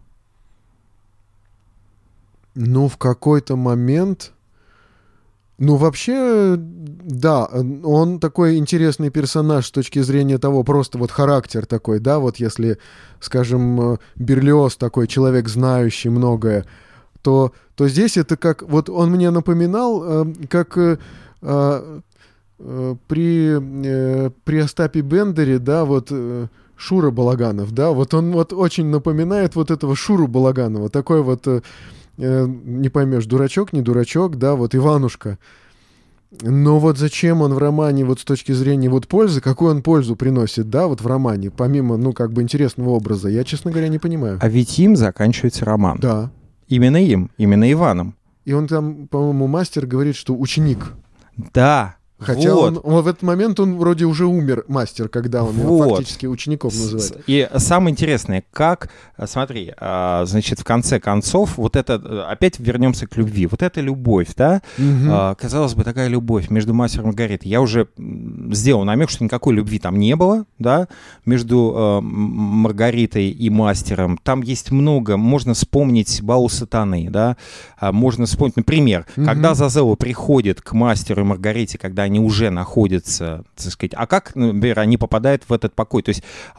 Ну, в какой-то момент... Ну, вообще, да, он такой интересный персонаж с точки зрения того, просто вот характер такой, да, вот если, скажем, Берлиоз такой человек, знающий многое, то здесь это как... Вот он мне напоминал, как при Остапе Бендере, да, вот... Шура Балаганов, да, вот он вот очень напоминает вот этого Шуру Балаганова, такой вот... не поймешь, дурачок, не дурачок, да, вот Иванушка. Но вот зачем он в романе, вот с точки зрения вот пользы, какую он пользу приносит, да, вот в романе, помимо, ну, как бы интересного образа, я, честно говоря, не понимаю. А ведь им заканчивается роман. Да. Именно Иваном. И он там, по-моему, мастер говорит, что ученик. Да. Хотя вот. он в этот момент он вроде уже умер, мастер, когда он его фактически учеников называет. И самое интересное, как, смотри, значит, в конце концов, вот это, опять вернемся к любви, вот эта любовь, да, казалось бы, такая любовь между мастером и Маргаритой. Я уже сделал намек, что никакой любви там не было, да, между Маргаритой и мастером. Там есть много, можно вспомнить «Бал сатаны», да, можно вспомнить, например, когда Зазелла приходит к мастеру и Маргарите, когда они уже находятся, так сказать, а как, например, они попадают в этот покой? То есть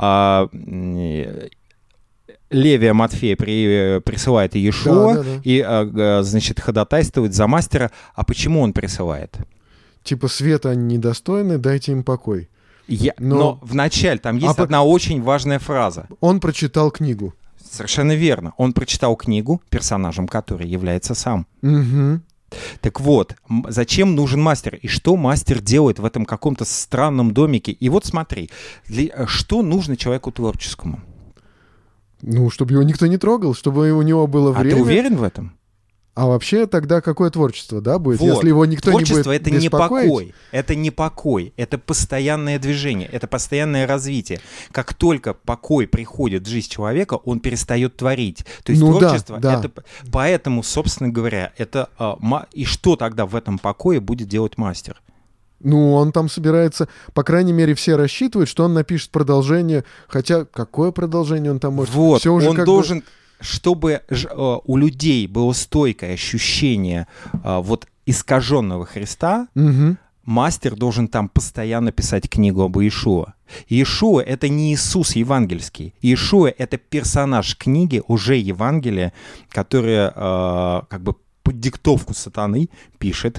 Левия Матфея присылает Иешуа и, значит, ходатайствует за мастера. А почему он присылает? Типа, света они недостойны, дайте им покой. Но вначале там есть одна очень важная фраза. Он прочитал книгу. Совершенно верно. Он прочитал книгу, персонажем которой является сам. Так вот, зачем нужен мастер? И что мастер делает в этом каком-то странном домике? И вот смотри, что нужно человеку творческому? Ну, чтобы его никто не трогал, чтобы у него было время. А ты уверен в этом? А вообще тогда какое творчество, да, будет? Вот. Если его никто не будет Творчество — это не беспокоить? покой, это не покой, это постоянное движение, это постоянное развитие. Как только покой приходит в жизнь человека, он перестает творить. То есть творчество — это... Поэтому, собственно говоря, это... И что тогда в этом покое будет делать мастер? Ну, он там собирается, по крайней мере, все рассчитывают, что он напишет продолжение. Хотя, какое продолжение он там может... Вот, Все уже он должен... Чтобы у людей было стойкое ощущение вот искаженного Христа, мастер должен там постоянно писать книгу об Иешуа. Иешуа — это не Иисус евангельский. Иешуа — это персонаж книги, уже Евангелия, который как бы под диктовку сатаны пишет,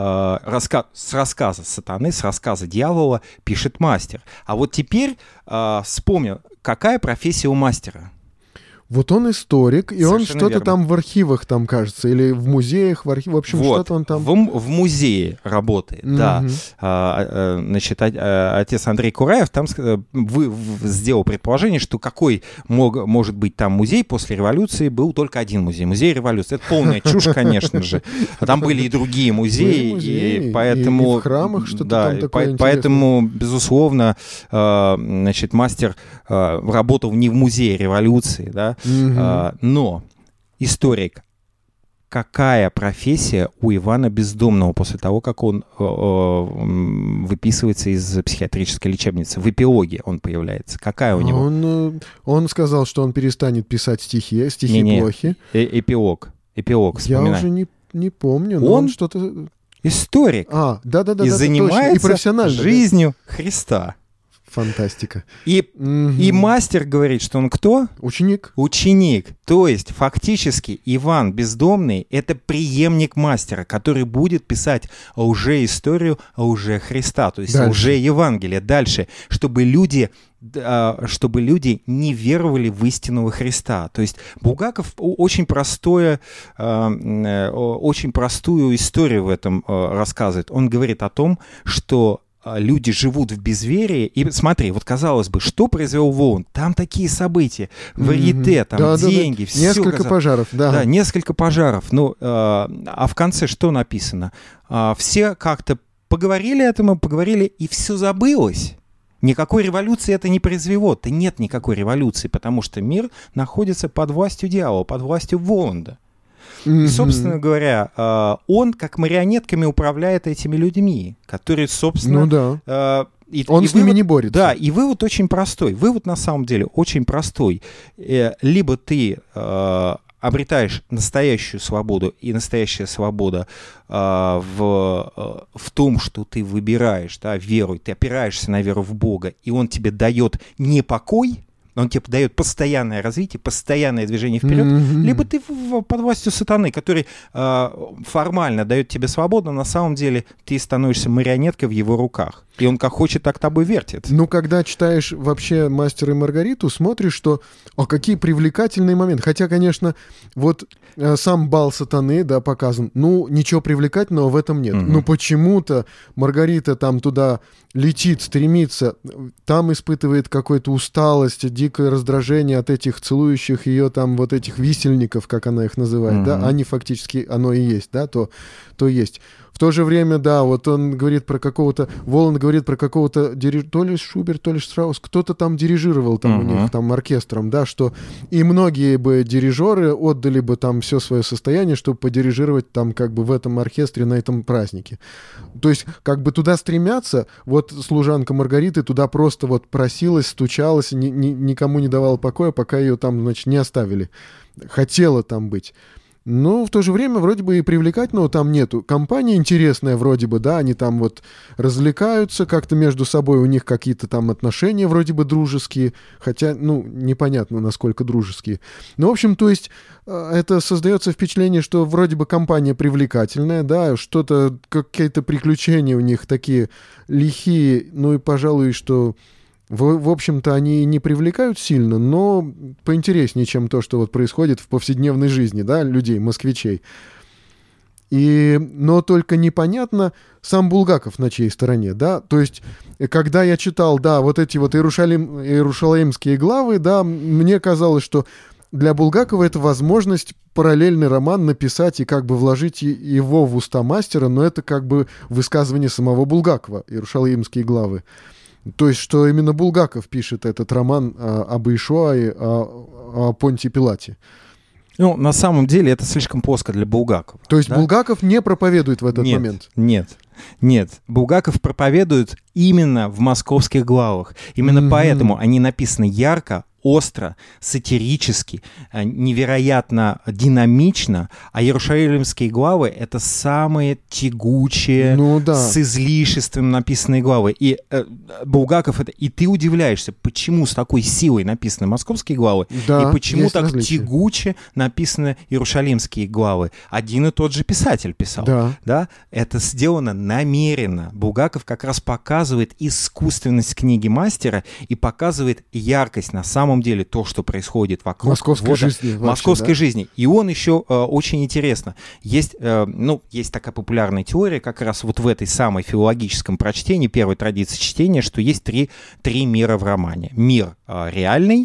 с рассказа сатаны, с рассказа дьявола пишет мастер. А вот теперь вспомнил, какая профессия у мастера? Вот он историк, и Совершенно он что-то верно. там в архивах, там, кажется, или в музеях, в архивах, в общем, вот. что-то он там... В музее работает, да. Значит, отец Андрей Кураев там сделал предположение, что какой может быть там музей после революции, был только один музей, музей революции. Это полная чушь, конечно же. Там были и другие музеи, и поэтому... И в храмах что-то там такое интересное. Поэтому, безусловно, значит, мастер работал не в музее революции, да. Но историк, какая профессия у Ивана Бездомного после того, как он выписывается из психиатрической лечебницы? В эпилоге он появляется. Какая у него? Он сказал, что он перестанет писать стихи плохи. Эпилог вспоминай. Я уже не помню, но он что-то... Историк. Да, и занимается и профессионально, жизнью Христа. Фантастика. И мастер говорит, что он кто? Ученик. Ученик. То есть фактически Иван Бездомный — это преемник мастера, который будет писать лжеисторию лже-Христа, то есть лже-Евангелие дальше, чтобы люди не веровали в истинного Христа. То есть Булгаков очень простую историю в этом рассказывает. Он говорит о том, что люди живут в безверии. И смотри, вот казалось бы, что произвел Воланд? Там такие события, варьете, там деньги, все. Несколько пожаров, да. Да, несколько пожаров. Ну, а в конце что написано? Все как-то поговорили и все забылось. Никакой революции это не произвело. Да нет никакой революции, потому что мир находится под властью дьявола, под властью Воланда. И, собственно говоря, он как марионетками управляет этими людьми, которые, собственно... Ну да. Он с ними не борется. Да, и вывод очень простой. Вывод на самом деле очень простой. Либо ты обретаешь настоящую свободу, и настоящая свобода в том, что ты выбираешь, да, веру, ты опираешься на веру в Бога, и Он тебе дает не покой, он тебе дает постоянное развитие, постоянное движение вперед, либо ты под властью сатаны, который формально дает тебе свободу, но на самом деле ты становишься марионеткой в его руках. И он как хочет, так тобой вертит. Ну, когда читаешь вообще «Мастера и Маргариту», смотришь, что какие привлекательные моменты. Хотя, конечно, вот сам бал сатаны, да, показан. Ну, ничего привлекательного в этом нет. Но почему-то Маргарита там туда летит, стремится, там испытывает какую-то усталость, дикое раздражение от этих целующих ее там вот этих висельников, как она их называет, да, они фактически, оно и есть, да, то есть. В то же время, да, вот он говорит про какого-то, Воланд говорит про какого-то, то ли Шуберт, то ли Штраус, кто-то там дирижировал там у них, там оркестром, да, что и многие бы дирижеры отдали бы там все свое состояние, чтобы подирижировать там как бы в этом оркестре на этом празднике. То есть как бы туда стремятся, вот служанка Маргариты туда просто вот просилась, стучалась, никому не давала покоя, пока ее там, значит, не оставили. Хотела там быть. Но в то же время вроде бы и привлекательного там нету. Компания интересная вроде бы, да, они там вот развлекаются как-то между собой, у них какие-то там отношения вроде бы дружеские, хотя, ну, непонятно, насколько дружеские. Ну, в общем, то есть это создается впечатление, что вроде бы компания привлекательная, да, что-то, какие-то приключения у них такие лихие, ну и, пожалуй, что... В общем-то, они не привлекают сильно, но поинтереснее, чем то, что вот происходит в повседневной жизни, да, людей, москвичей. Но только непонятно сам Булгаков на чьей стороне, да, то есть, когда я читал, да, вот эти вот иерушалаимские главы, да, мне казалось, что для Булгакова это возможность параллельный роман написать и как бы вложить его в уста мастера, но это как бы высказывание самого Булгакова, иерушалаимские главы. То есть, что именно Булгаков пишет этот роман об Иешуа и о Понтии Пилате. Ну, на самом деле, это слишком плоско для Булгакова. То есть, да? Булгаков не проповедует в этот момент? Нет. Булгаков проповедует именно в московских главах. Именно поэтому они написаны ярко, остро, сатирически, невероятно динамично, а иерушалимские главы — это самые тягучие, с излишеством написанные главы. И Булгаков это... И ты удивляешься, почему с такой силой написаны московские главы, и почему так тягуче написаны иерушалимские главы. Один и тот же писатель писал. Да? Это сделано намеренно. Булгаков как раз показывает искусственность книги мастера и показывает яркость на самом деле то, что происходит вокруг московской жизни. И он еще очень интересно. Есть такая популярная теория как раз вот в этой самой филологическом прочтении, первой традиции чтения, что есть три мира в романе. Мир реальный,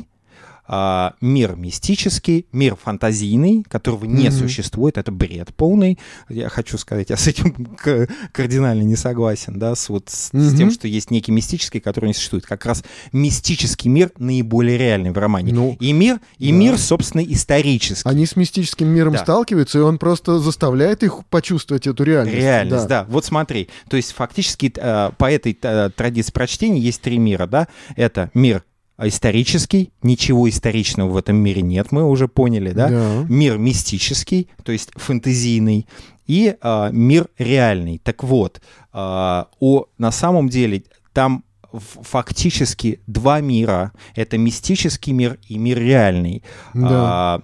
мир мистический, мир фантазийный, которого не существует, это бред полный. Я хочу сказать, я с этим кардинально не согласен, да, с тем, что есть некий мистический, который не существует. Как раз мистический мир наиболее реальный в романе. И мир, собственно, исторический. Они с мистическим миром сталкиваются, и он просто заставляет их почувствовать эту реальность. Реальность, да. Вот смотри, то есть фактически по этой традиции прочтения есть три мира, да, это мир исторический, ничего историчного в этом мире нет, мы уже поняли, да? Мир мистический, то есть фэнтезийный, и мир реальный. Так вот, на самом деле там фактически два мира. Это мистический мир и мир реальный. Да.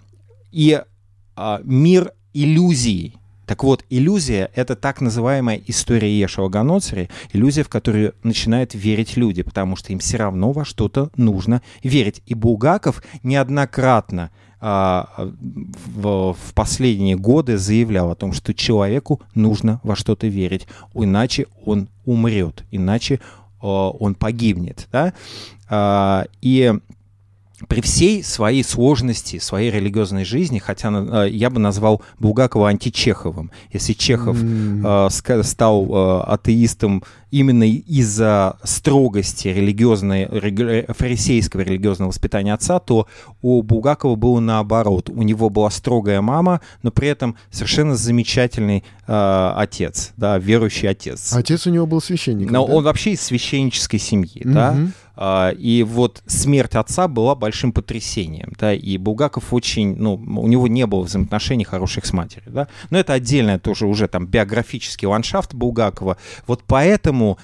Мир иллюзий. Так вот, иллюзия — это так называемая история Ешуа ГаНоЦри, иллюзия, в которую начинают верить люди, потому что им все равно во что-то нужно верить. И Булгаков неоднократно в последние годы заявлял о том, что человеку нужно во что-то верить, иначе он умрет, иначе он погибнет. Да? И при всей своей сложности, своей религиозной жизни, хотя я бы назвал Булгакова античеховым. Если Чехов стал атеистом именно из-за строгости фарисейского религиозного воспитания отца, то у Булгакова было наоборот. У него была строгая мама, но при этом совершенно замечательный отец, да, верующий отец. Отец у него был священник. Но он вообще из священнической семьи, да. И вот смерть отца была большим потрясением, да, и Булгаков очень, у него не было взаимоотношений хороших с матерью, да, но это отдельное тоже уже там биографический ландшафт Булгакова. Вот поэтому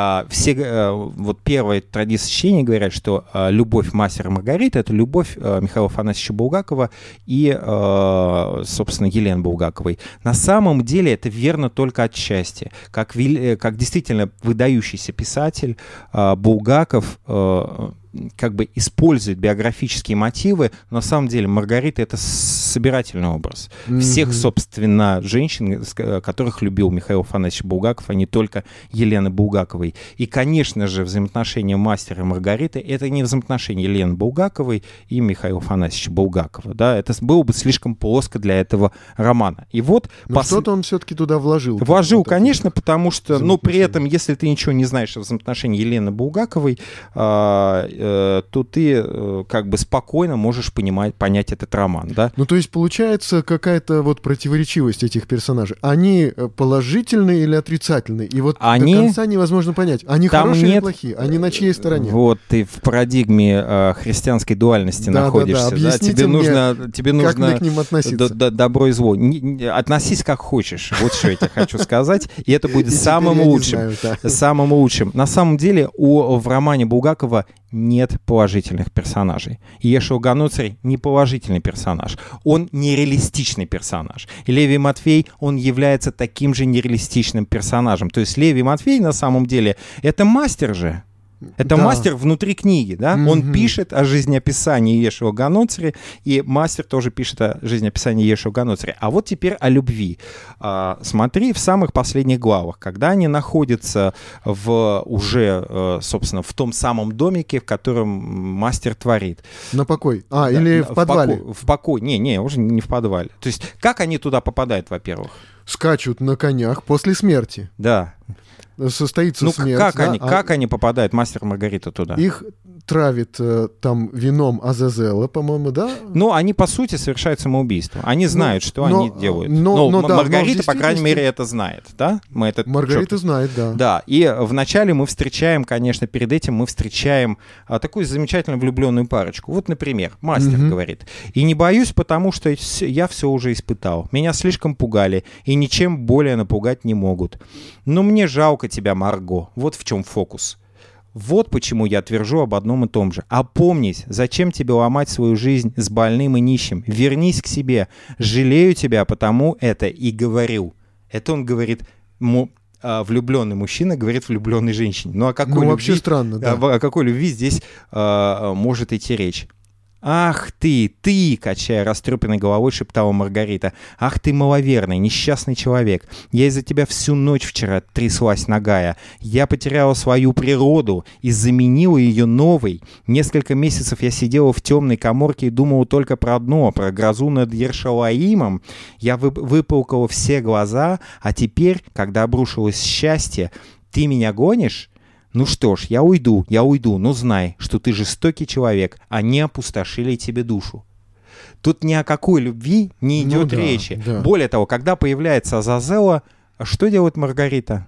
вот первая традиция чтения говорят, что любовь мастера и Маргариты — это любовь Михаила Афанасьевича Булгакова и, собственно, Елены Булгаковой. На самом деле это верно только отчасти. Как действительно выдающийся писатель, Булгаков как бы использует биографические мотивы, но на самом деле Маргарита — это собирательный образ. Всех, собственно, женщин, которых любил Михаил Афанасьевич Булгаков, а не только Елены Булгаковой. И, конечно же, взаимоотношения мастера и Маргариты — это не взаимоотношения Елены Булгаковой и Михаила Афанасьевича Булгакова. Да? Это было бы слишком плоско для этого романа. И вот что-то он все-таки туда вложил. Вложил, конечно, потому что, при этом, если ты ничего не знаешь о взаимоотношении Елены Булгаковой, то ты как бы спокойно можешь понять этот роман, да? То есть получается какая-то вот противоречивость этих персонажей. Они положительные или отрицательные? И вот до конца невозможно понять, они хорошие или плохие, они на чьей стороне? Вот ты в парадигме христианской дуальности находишься. Да? Тебе нужно как мне к ним относиться? Добро и зло. Относись как хочешь, вот что я тебе хочу сказать, и это будет самым лучшим. Самым лучшим. На самом деле в романе Булгакова нет положительных персонажей. Ешуа ГаНоЦри не положительный персонаж. Он нереалистичный персонаж. И Левий Матвей, он является таким же нереалистичным персонажем. То есть Левий Матвей на самом деле это мастер же. Это мастер внутри книги, да? Он пишет о жизнеописании Ешуа ГаНоЦри, и мастер тоже пишет о жизнеописании Ешуа ГаНоЦри. А вот теперь о любви. Смотри в самых последних главах, когда они находятся уже, собственно, в том самом домике, в котором мастер творит. На покой? Или в подвале? В покой. Не, уже не в подвале. То есть как они туда попадают, во-первых? Скачут на конях после смерти. Да. Состоится смерть. Как они попадают, мастер и Маргарита, туда? Их травит там вином Азазела, по-моему, да? Они, по сути, совершают самоубийство. Они знают, что они делают. Маргарита, по крайней мере, это знает, да? Маргарита знает, да. Да, и вначале мы встречаем, конечно, перед этим мы встречаем такую замечательно влюбленную парочку. Вот, например, мастер говорит: «И не боюсь, потому что я все уже испытал. Меня слишком пугали, и ничем более напугать не могут. Но мне жалко тебя, Марго. Вот в чем фокус. Вот почему я твержу об одном и том же. Опомнись, зачем тебе ломать свою жизнь с больным и нищим? Вернись к себе. Жалею тебя, потому это и говорю». Это он говорит, влюбленный мужчина говорит влюбленной женщине. Ну, о какой любви, вообще странно, да. О какой любви здесь может идти речь? «Ах ты, качая растрепанной головой, шептала Маргарита. «Ах ты, маловерный, несчастный человек. Я из-за тебя всю ночь вчера тряслась нагая. Я потеряла свою природу и заменила ее новой. Несколько месяцев я сидела в темной каморке и думала только про одно, про грозу над Ершалаимом. Я выплакала все глаза, а теперь, когда обрушилось счастье, ты меня гонишь? Ну что ж, я уйду, но знай, что ты жестокий человек, они опустошили тебе душу». Тут ни о какой любви не идет речи. Да. Более того, когда появляется Азазела, что делает Маргарита?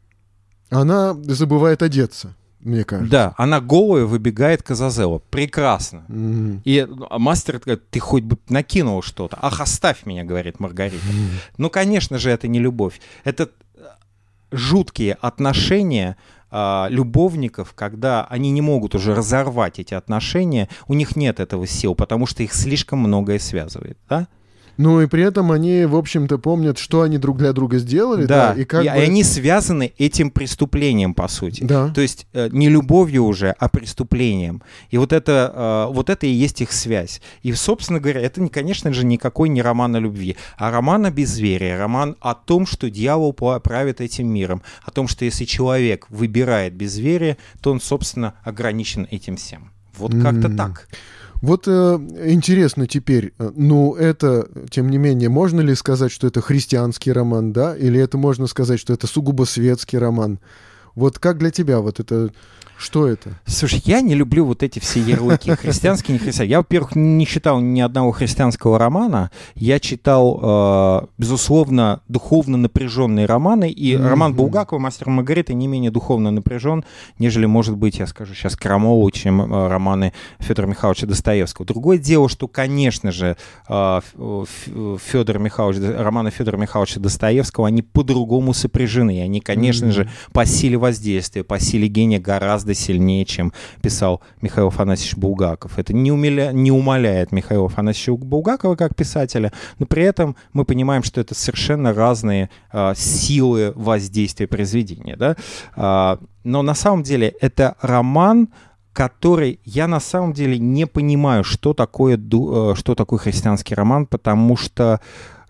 Она забывает одеться, мне кажется. Да, она голая выбегает к Азазелу. Прекрасно. И мастер говорит: «Ты хоть бы накинул что-то». «Ах, оставь меня», говорит Маргарита. Ну, конечно же, это не любовь. Это жуткие отношения любовников, когда они не могут уже разорвать эти отношения, у них нет этого сил, потому что их слишком многое связывает, да? Ну и при этом они, в общем-то, помнят, что они друг для друга сделали. Да, и как и бы... они связаны этим преступлением, по сути. Да. То есть не любовью уже, а преступлением. И вот это и есть их связь. И, собственно говоря, это, конечно же, никакой не роман о любви, а роман о безверии, роман о том, что дьявол правит этим миром, о том, что если человек выбирает безверие, то он, собственно, ограничен этим всем. Вот как-то так. Вот интересно теперь, это, тем не менее, можно ли сказать, что это христианский роман, да? Или это можно сказать, что это сугубо светский роман? Вот как для тебя вот это... Что это? Слушай, я не люблю вот эти все ярлыки. Христианский, не христианский. Я, во-первых, не читал ни одного христианского романа. Я читал, безусловно, духовно напряженные романы. И роман Булгакова «Мастер и Маргарита» не менее духовно напряжен, нежели, может быть, я скажу сейчас, Крамолу, чем романы Федора Михайловича Достоевского. Другое дело, что, конечно же, романы Федора Михайловича Достоевского, они по-другому сопряжены. Они, конечно же, по силе воздействия, по силе гения гораздо сильнее, чем писал Михаил Афанасьевич Булгаков. Это не умаляет Михаила Афанасьевича Булгакова как писателя, но при этом мы понимаем, что это совершенно разные силы воздействия произведения. Да? Но на самом деле это роман, который я на самом деле не понимаю, что такое христианский роман, потому что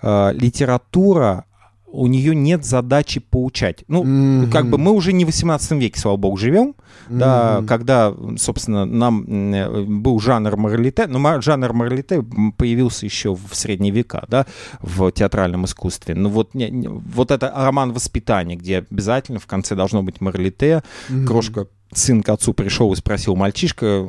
литература, у нее нет задачи поучать. Как бы мы уже не в 18 веке, слава богу, живем, да, когда, собственно, нам был жанр моралите, но жанр моралите появился еще в средние века, да, в театральном искусстве. Вот это роман воспитания, где обязательно в конце должно быть моралите, крошка сын к отцу пришел и спросил мальчишка,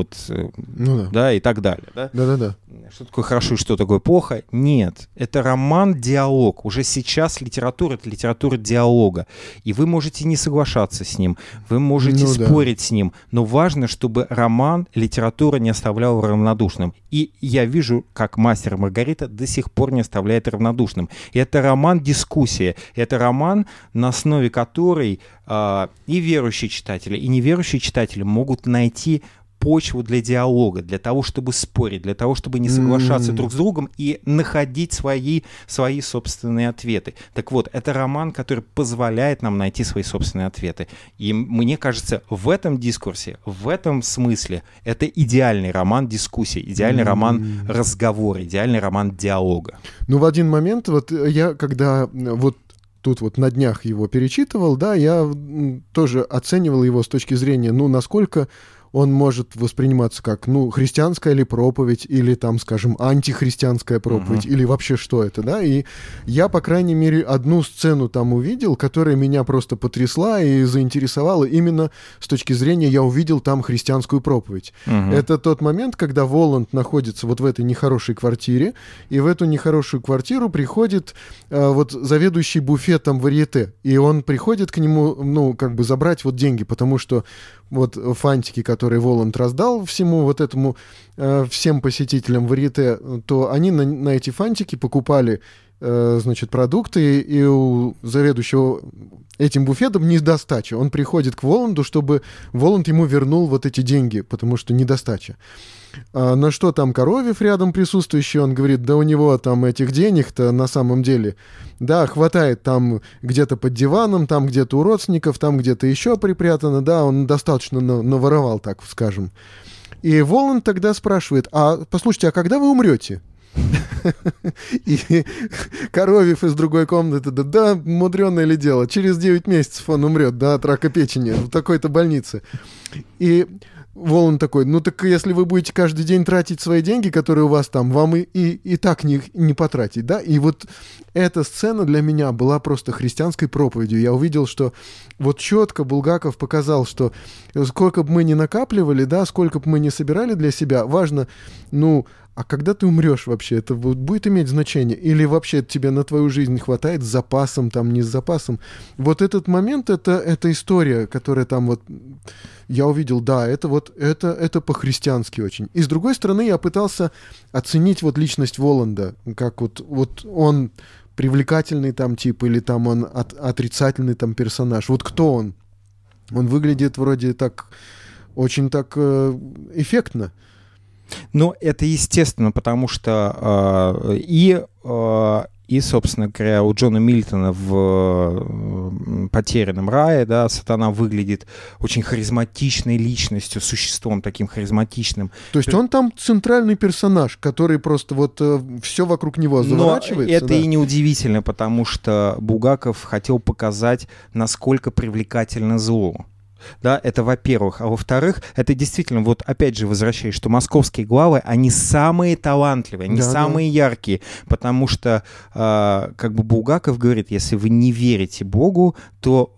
да, и так далее. Да? Что такое хорошо и что такое плохо? Нет, это роман-диалог. Уже сейчас литература — это литература диалога. И вы можете не соглашаться с ним, вы можете спорить с ним, но важно, чтобы роман, литература не оставляла равнодушным. И я вижу, как «Мастер и Маргарита» до сих пор не оставляет равнодушным. И это роман-дискуссия, это роман, на основе которой и верующие читатели, и неверующие читатели могут найти почву для диалога, для того, чтобы спорить, для того, чтобы не соглашаться друг с другом и находить свои собственные ответы. Так вот, это роман, который позволяет нам найти свои собственные ответы. И мне кажется, в этом дискурсе, в этом смысле, это идеальный роман дискуссии, идеальный роман разговора, идеальный роман диалога. В один момент, я когда тут на днях его перечитывал, да, я тоже оценивал его с точки зрения, насколько он может восприниматься как, христианская ли проповедь, или там, скажем, антихристианская проповедь, или вообще что это, да, и я, по крайней мере, одну сцену там увидел, которая меня просто потрясла и заинтересовала именно с точки зрения, я увидел там христианскую проповедь. Это тот момент, когда Воланд находится в этой нехорошей квартире, и в эту нехорошую квартиру приходит заведующий буфетом варьете, и он приходит к нему, забрать деньги, потому что фантики, которые Воланд раздал всему этому, всем посетителям варьете, то они на эти фантики покупали, продукты, и у заведующего этим буфетом недостача. Он приходит к Воланду, чтобы Воланд ему вернул эти деньги, потому что недостача. На что там Коровьев рядом присутствующий, он говорит, да у него там этих денег-то на самом деле, да, хватает там где-то под диваном, там где-то у родственников, там где-то еще припрятано, да, он достаточно наворовал, так скажем. И Воланд тогда спрашивает, послушайте, а когда вы умрете? И Коровьев из другой комнаты, да, мудреное ли дело, через 9 месяцев он умрет, да, от рака печени в такой-то больнице. И Воланд такой, так если вы будете каждый день тратить свои деньги, которые у вас там, вам и так не потратить, да? И эта сцена для меня была просто христианской проповедью. Я увидел, что четко Булгаков показал, что сколько бы мы ни накапливали, да, сколько бы мы ни собирали для себя, важно, а когда ты умрешь вообще, это будет иметь значение? Или вообще тебе на твою жизнь хватает с запасом, там, не с запасом? Этот момент, это история, которая там я увидел, да, это по-христиански очень. И с другой стороны, я пытался оценить личность Воланда, как он привлекательный там тип, или там он отрицательный там персонаж? Вот кто он? Он выглядит вроде так, очень так эффектно. Ну, это естественно, потому что собственно говоря, у Джона Мильтона в «Потерянном рае», да, сатана выглядит очень харизматичной личностью, существом таким харизматичным. То есть он там центральный персонаж, который просто вот все вокруг него заворачивается. Но это и неудивительно, потому что Булгаков хотел показать, насколько привлекательно зло. Да, это во-первых. А во-вторых, это действительно, вот опять же возвращаясь, что московские главы, они самые талантливые, они самые яркие, потому что как бы Булгаков говорит, если вы не верите Богу, то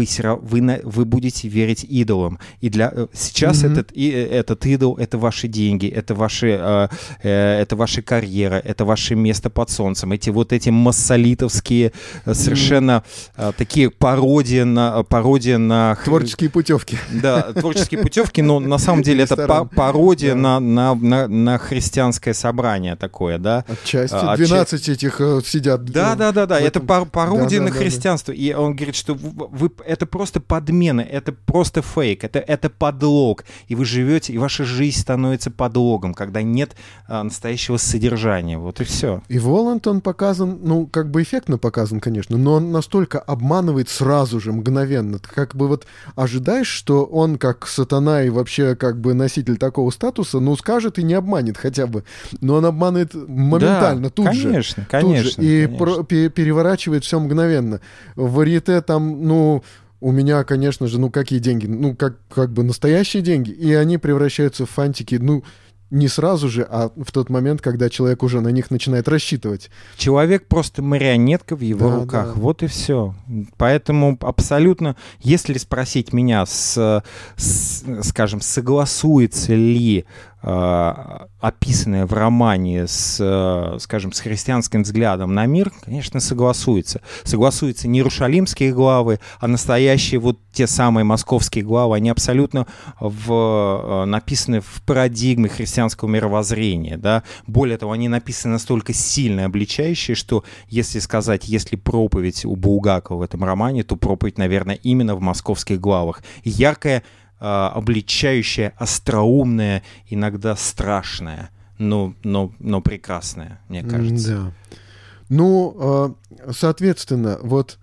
вы будете верить идолам. И сейчас этот идол — это ваши деньги, это ваша карьера, это ваше место под солнцем, эти массолитовские совершенно такие пародии на творческие путевки. Да, творческие путевки, но на самом деле это пародия на христианское собрание такое, да. Отчасти 12 этих сидят. Да, это пародия на христианство. И он говорит, что это просто подмена, это просто фейк, это подлог. И вы живете, и ваша жизнь становится подлогом, когда нет настоящего содержания. Вот и все. И Воланд, он показан, ну, как бы эффектно показан, конечно, но он настолько обманывает сразу же, мгновенно. Как бы вот ожидаешь, что он, как сатана и вообще как бы носитель такого статуса, ну, скажет и не обманет хотя бы. Но он обманывает моментально, тут же. Конечно. И переворачивает все мгновенно. В варьете там, ну, у меня, конечно же, ну, какие деньги? Ну, как бы настоящие деньги. И они превращаются в фантики, ну, не сразу же, а в тот момент, когда человек уже на них начинает рассчитывать. Человек просто марионетка в его руках. Да. Вот и все. Поэтому абсолютно, если спросить меня, скажем, согласуется ли описанное в романе скажем, с христианским взглядом на мир, конечно, согласуется. Согласуются не иерусалимские главы, а настоящие вот те самые московские главы, они абсолютно написаны в парадигме христианского мировоззрения. Да? Более того, они написаны настолько сильно обличающие, что, если сказать, если проповедь у Булгакова в этом романе, то проповедь, наверное, именно в московских главах. Яркая, обличающая, остроумная, иногда страшная, но прекрасная, мне кажется. Да. Ну, соответственно, вот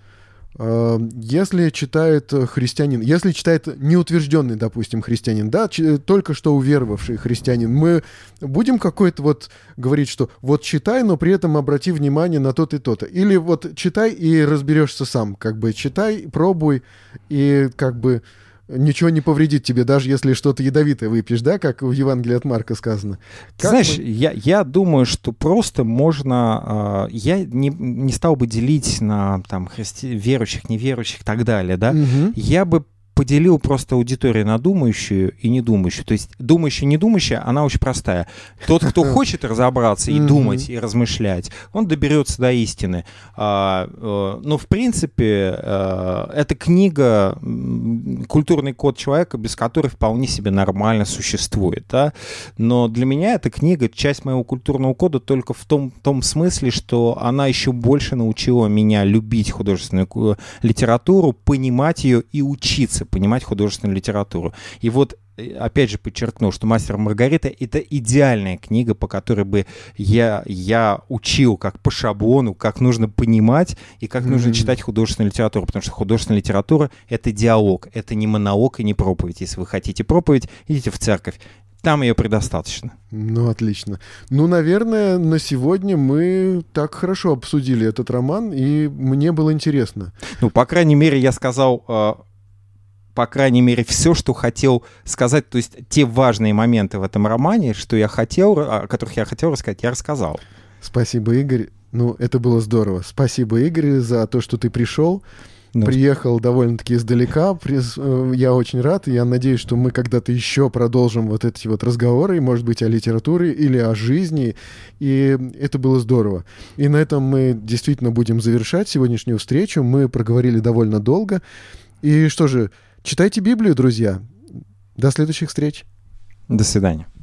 если читает христианин, если читает неутвержденный, допустим, христианин, да, только что уверовавший христианин, мы будем какой-то вот говорить, что вот читай, но при этом обрати внимание на то-то и то-то. Или вот читай и разберешься сам, как бы читай, пробуй, и как бы ничего не повредит тебе, даже если что-то ядовитое выпьешь, да, как в Евангелии от Марка сказано. Знаешь, я думаю, что просто можно... я не стал бы делить на там, верующих, неверующих и так далее, да. Угу. Я бы поделил просто аудиторию на думающую и недумающую. То есть думающая и недумающая, она очень простая. Тот, кто хочет разобраться и думать, и размышлять, он доберется до истины. Но, в принципе, эта книга — культурный код человека, без которой вполне себе нормально существует. Да? Но для меня эта книга — часть моего культурного кода только в том смысле, что она еще больше научила меня любить художественную литературу, понимать ее и учиться понимать художественную литературу. И вот, опять же, подчеркну, что «Мастер и Маргарита» — это идеальная книга, по которой бы я учил как по шаблону, как нужно понимать и как нужно читать художественную литературу, потому что художественная литература — это диалог, это не монолог и не проповедь. Если вы хотите проповедь, идите в церковь. Там ее предостаточно. Ну, отлично. Ну, наверное, на сегодня мы так хорошо обсудили этот роман, и мне было интересно. Ну, по крайней мере, я сказал... по крайней мере, все, что хотел сказать, то есть те важные моменты в этом романе, о которых я хотел рассказать, я рассказал. Спасибо, Игорь. Ну, это было здорово. Спасибо, Игорь, за то, что ты пришел. Приехал довольно-таки издалека. Я очень рад. Я надеюсь, что мы когда-то еще продолжим вот эти вот разговоры, может быть, о литературе или о жизни. И это было здорово. И на этом мы действительно будем завершать сегодняшнюю встречу. Мы проговорили довольно долго. И что же, читайте Библию, друзья. До следующих встреч. До свидания.